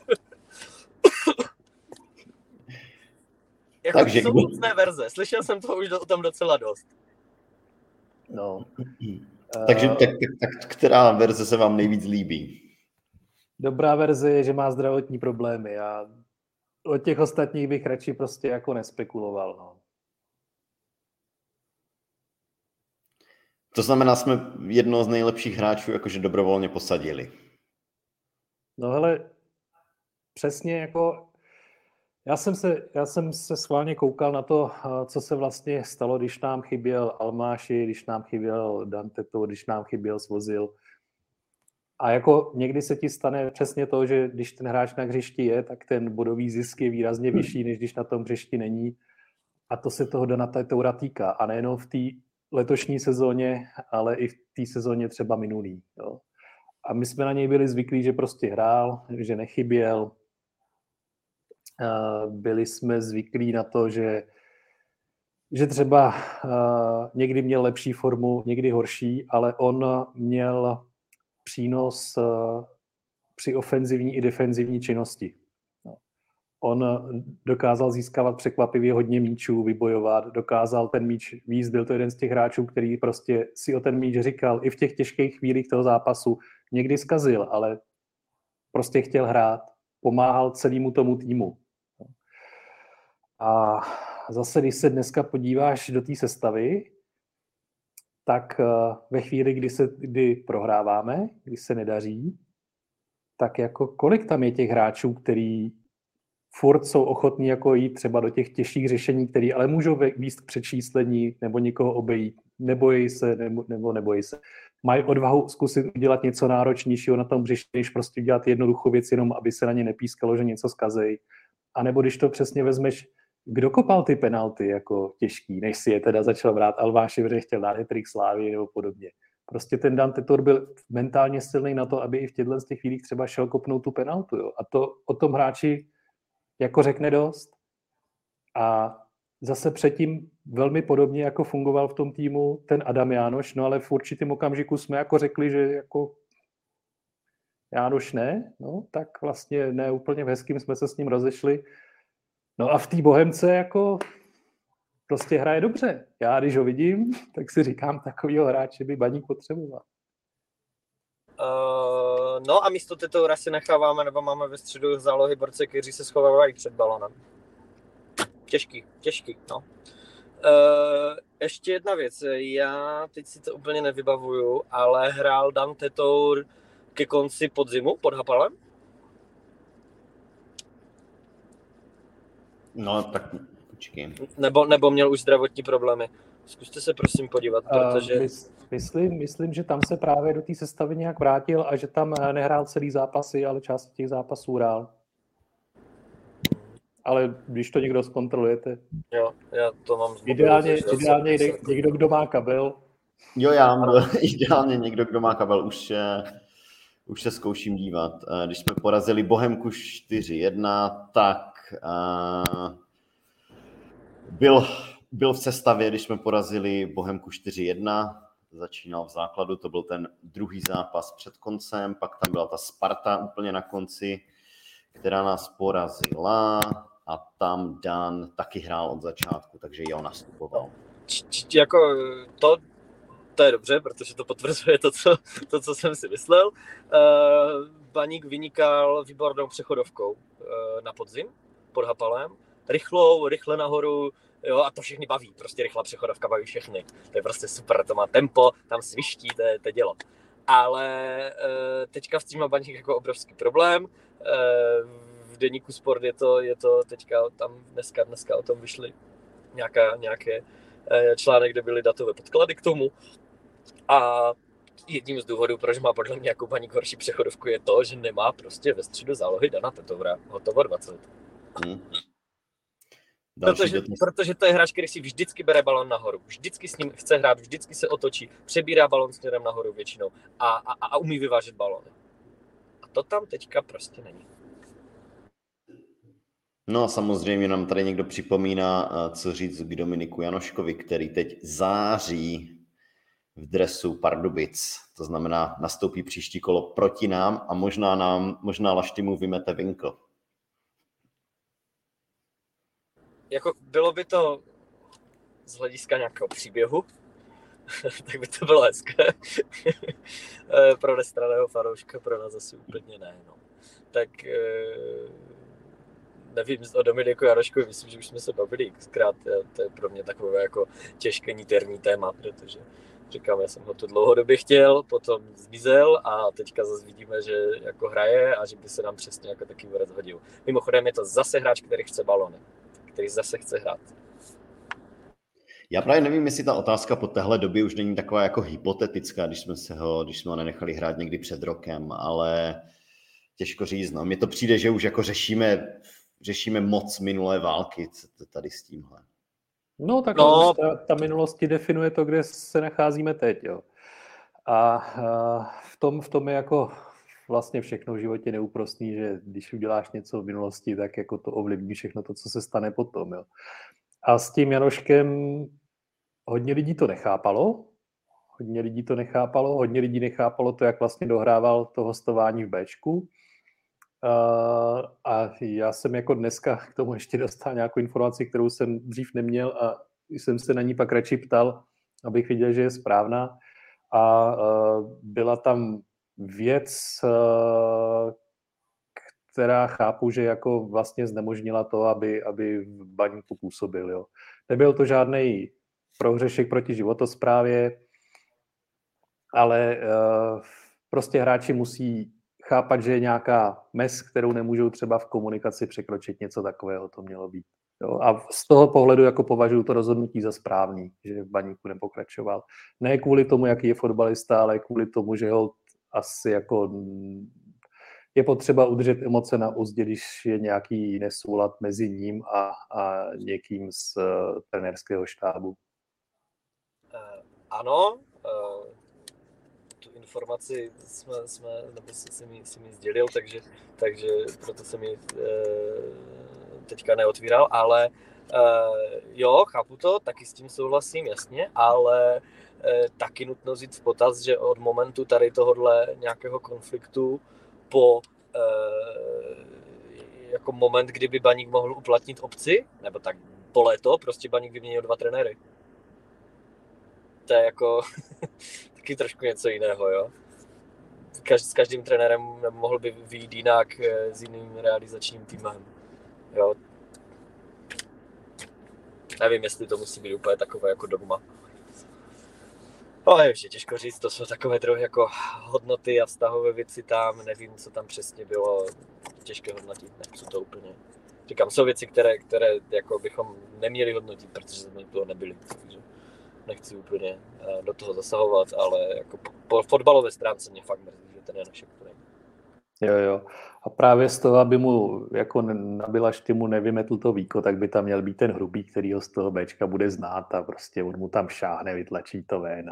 Jako takže jsou různé verze. Slyšel jsem toho už o tom docela dost. No. Takže tak která verze se vám nejvíc líbí? Dobrá verze je, že má zdravotní problémy a od těch ostatních bych radši prostě jako nespekuloval. No. To znamená, jsme jednoho z nejlepších hráčů jakože dobrovolně posadili. No hele, přesně jako já jsem se schválně koukal na to, co se vlastně stalo, když nám chyběl Almáši, když nám chyběl Danteto, když nám chyběl Svozil. A jako někdy se ti stane přesně to, že když ten hráč na hřišti je, tak ten bodový zisk je výrazně vyšší, než když na tom hřišti není. A to se toho Dantetora týká. A nejenom v té letošní sezóně, ale i v té sezóně třeba minulý. Jo. A my jsme na něj byli zvyklí, že prostě hrál, že nechyběl. Byli jsme zvyklí na to, že třeba někdy měl lepší formu, někdy horší, ale on měl přínos při ofenzivní i defenzivní činnosti. On dokázal získávat překvapivě hodně míčů, vybojovat, dokázal ten míč víc, byl to jeden z těch hráčů, který prostě si o ten míč říkal i v těch těžkých chvílích toho zápasu. Někdy zkazil, ale prostě chtěl hrát, pomáhal celému tomu týmu. A zase, když se dneska podíváš do té sestavy, tak ve chvíli, kdy prohráváme, kdy se nedaří, tak jako kolik tam je těch hráčů, který furt jsou ochotní jako jít třeba do těch těžších řešení, který ale můžou výst k přečíslení nebo někoho obejít, nebojí se nebo nebojí se. Mají odvahu zkusit udělat něco náročnějšího na tom břišti, než prostě udělat jednoduchou věc jenom, aby se na ně nepískalo, že něco zkazej. A nebo když to přesně vezmeš, kdo kopal ty penalty jako těžký, než si je teda začal brát Alváši, protože chtěl dát hat-trick Slávy nebo podobně. Prostě ten Dan Tetor byl mentálně silný na to, aby i v těchto chvílích třeba šel kopnout tu penaltu. Jo. A to o tom hráči jako řekne dost. A zase předtím velmi podobně jako fungoval v tom týmu ten Adam Jánoš, no ale v určitém okamžiku jsme jako řekli, že jako Jánoš ne, no tak vlastně ne úplně v hezkým jsme se s ním rozešli. No a v té Bohemce jako prostě hraje dobře. Já když ho vidím, tak si říkám, takovýho hráče by Baník potřeboval. No a místo Tetora si necháváme, nebo máme ve středu zálohy borce, kteří se schovávají před balonem. Těžký, no. Ještě jedna věc, já teď si to úplně nevybavuju, ale hrál Dan Tetour ke konci podzimu pod Hapalem? No, tak počkej. Nebo měl už zdravotní problémy. Zkuste se prosím podívat, protože... Myslím, že tam se právě do té sestavy nějak vrátil a že tam nehrál celý zápasy, ale část těch zápasů hrál. Ale když to někdo zkontrolujete. Jo, já to mám Ideálně někdo, kdo má kabel. Jo, já mám ideálně někdo, kdo má kabel. Už se zkouším dívat. Když jsme porazili Bohemku 4-1, tak byl v sestavě, když jsme porazili Bohemku 4-1, začínal v základu, to byl ten druhý zápas před koncem, pak tam byla ta Sparta úplně na konci, která nás porazila a tam Dan taky hrál od začátku, takže jo, nastupoval. Jako to je dobře, protože to potvrzuje to, co jsem si myslel. Baník vynikal výbornou přechodovkou na podzim pod Hapalem. Rychle nahoru, jo, a to všechny baví. Prostě rychlá přechodovka baví všechny. To je prostě super, to má tempo, tam sviští, to je dělo. Ale teďka s tím má Baník jako obrovský problém. V deníku Sport je to teďka tam dneska o tom vyšly nějaké článek, kde byly datové podklady k tomu. A jedním z důvodů, proč má podle mě jako Baník horší přechodovku, je to, že nemá prostě ve středu zálohy Dana Tetora hotovo 20. Protože to je hráč, který si vždycky bere balon nahoru, vždycky s ním chce hrát, vždycky se otočí, přebírá balon směrem nahoru většinou a umí vyvážet balony. A to tam teďka prostě není. No a samozřejmě nám tady někdo připomíná, co říct k Dominiku Janoškovi, který teď září v dresu Pardubic. To znamená, nastoupí příští kolo proti nám a možná Lašty mu vymete vinkl. Jako bylo by to z hlediska nějakého příběhu, tak by to bylo hezké. Pro nestranného fanouška, pro nás asi úplně ne. No. Tak nevím o Dominiku Jaroškovi, myslím, že už jsme se bavili xkrát. To je pro mě takové jako těžké niterní téma, protože říkám, já jsem ho tu dlouhodobě chtěl, potom zmizel a teďka zase vidíme, že jako hraje a že by se nám přesně jako takový borec hodil. Mimochodem je to zase hráč, který chce balony, který zase chce hrát. Já právě nevím, jestli ta otázka po téhle době už není taková jako hypotetická, když jsme ho nenechali hrát někdy před rokem, ale těžko říct. No. Mně to přijde, že už jako řešíme moc minulé války tady s tímhle. No tak ta minulost definuje to, kde se nacházíme teď. Jo. A v tom je jako vlastně všechno v životě neúprostný, že když uděláš něco v minulosti, tak jako to ovlivní všechno to, co se stane potom. Jo. A s tím Janoškem hodně lidí to nechápalo. Hodně lidí nechápalo to, jak vlastně dohrával to hostování v Bčku. A já jsem jako dneska k tomu ještě dostal nějakou informaci, kterou jsem dřív neměl a jsem se na ní pak radši ptal, abych viděl, že je správná. A byla tam věc, která chápu, že jako vlastně znemožnila to, aby v Baníku působil. Jo. Nebyl to žádný prohřešek proti životosprávě, ale prostě hráči musí chápat, že je nějaká mez, kterou nemůžou třeba v komunikaci překročit, něco takového to mělo být. Jo? A z toho pohledu jako považuji to rozhodnutí za správný, že v Baníku nepokračoval. Ne kvůli tomu, jaký je fotbalista, ale kvůli tomu, že ho asi jako je potřeba udržet emoce na uzdě, když je nějaký nesoulad mezi ním a někým z trenérského štábu. Ano, tu informaci nebo si mi sdělil, takže proto jsem ji teďka neotvíral, ale jo, chápu to, taky s tím souhlasím, jasně, ale taky nutno vzít v potaz, že od momentu tady tohohle nějakého konfliktu po jako moment, kdyby Baník mohl uplatnit opci, nebo tak po léto, prostě Baník vyměnil 2 trenéry. To je jako taky trošku něco jiného, jo. S každým trenérem mohl by vyjít jinak s jiným realizačním týmem, jo. Nevím, jestli to musí být úplně takové jako dogma. Ale ještě těžko říct, to jsou takové trochu jako hodnoty a vztahové věci tam, nevím, co tam přesně bylo, těžké hodnotit, nechci to úplně. Říkám, jsou věci, které jako bychom neměli hodnotit, protože jsme toho nebyli, takže nechci úplně do toho zasahovat, ale jako po fotbalové stránce mě fakt mrzí, že ten Janošek to není. Jo. A právě z toho, aby mu jako Nabilaš mu nevymetl to víko, tak by tam měl být ten Hrubý, který ho z toho Bčka bude znát a prostě on mu tam šáhne, vytlačí to ven.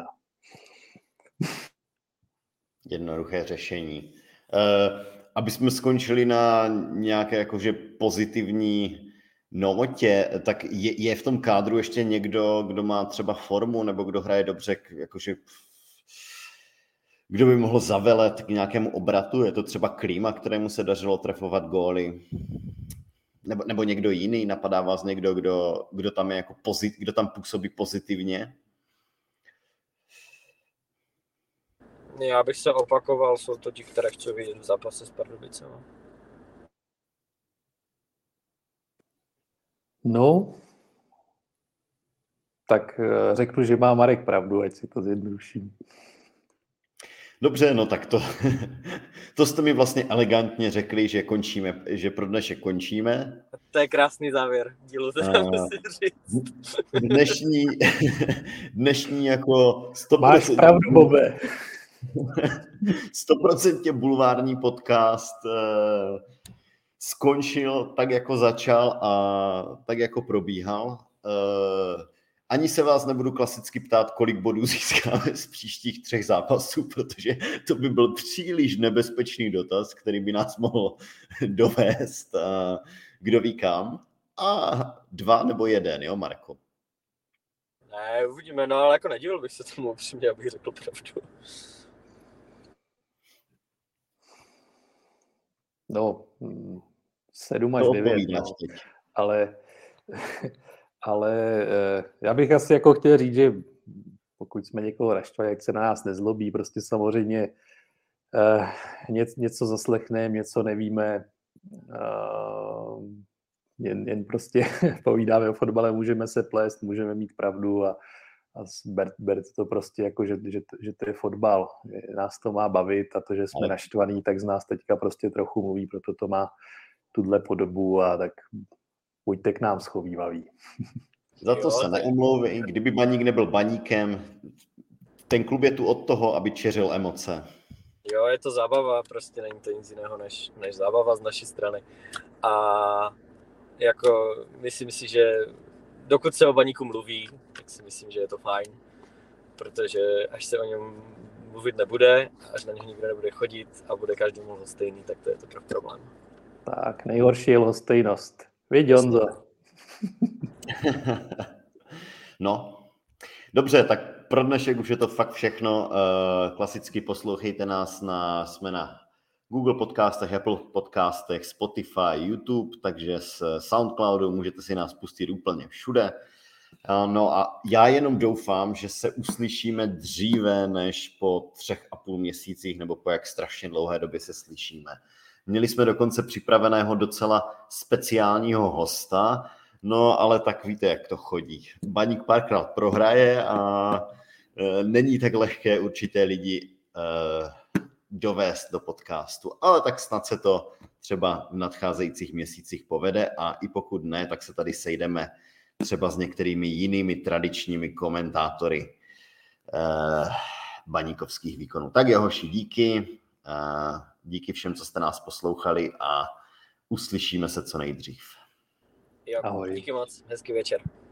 Jednoduché řešení. Aby jsme skončili na nějaké jakože pozitivní notě, tak je v tom kádru ještě někdo, kdo má třeba formu nebo kdo hraje dobře, jakože kdo by mohl zavelet k nějakému obratu? Je to třeba Klíma, kterému se dařilo trefovat góly? Nebo někdo jiný? Napadá vás někdo, kdo tam je jako kdo tam působí pozitivně? Já bych se opakoval, jsou to ti, které chci vidět v zápase s Pardubicema. No, tak řeknu, že má Marek pravdu, ať si to zjednoduším. Dobře, no tak to jste mi vlastně elegantně řekli, že končíme, že pro dnešek končíme. To je krásný závěr dílu, teda musím říct. Dnešní jako 100%... Máš pravdu, Bobe. 100% bulvární podcast skončil tak, jako začal a tak, jako probíhal. Ani se vás nebudu klasicky ptát, kolik bodů získáme z příštích 3 zápasů, protože to by byl příliš nebezpečný dotaz, který by nás mohl dovést kdo ví kam. A 2 nebo 1, jo, Marko? Ne, uvidíme, no ale jako nedivil bych se tomu upřímně, abych řekl pravdu. No, 7 až 9, no. Ale já bych asi jako chtěl říct, že pokud jsme někoho naštvali, jak se na nás nezlobí, prostě samozřejmě něco zaslechneme, něco nevíme, jen prostě povídáme o fotbale, můžeme se plést, můžeme mít pravdu a berte to prostě jako, že to je fotbal. Nás to má bavit a to, že jsme naštvaný, tak z nás teďka prostě trochu mluví, proto to má tuhle podobu a tak pojďte k nám schovývaví. Za to se neomlouvím, kdyby Baník nebyl Baníkem, ten klub je tu od toho, aby čeřil emoce. Jo, je to zábava, prostě není to nic jiného než zábava z naší strany. A jako myslím si, že dokud se o Baníku mluví, tak si myslím, že je to fajn, protože až se o něm mluvit nebude, až na něj nikdo nebude chodit a bude každý mu lhostejný, tak to je to trochu problém. Tak, nejhorší je lhostejnost. Vidí, Honzo. No, dobře, tak pro dnešek už je to fakt všechno. Klasicky poslouchejte nás, jsme na Google podcastech, Apple podcastech, Spotify, YouTube, takže z Soundcloudu můžete si nás pustit úplně všude. No a já jenom doufám, že se uslyšíme dříve než po 3,5 měsících nebo po jak strašně dlouhé době se slyšíme. Měli jsme dokonce připraveného docela speciálního hosta, no ale tak víte, jak to chodí. Baník párkrát prohraje a není tak lehké určité lidi dovést do podcastu, ale tak snad se to třeba v nadcházejících měsících povede a i pokud ne, tak se tady sejdeme třeba s některými jinými tradičními komentátory baníkovských výkonů. Tak jo, hoši, díky. Díky všem, co jste nás poslouchali a uslyšíme se co nejdřív. Jo, díky moc, hezký večer.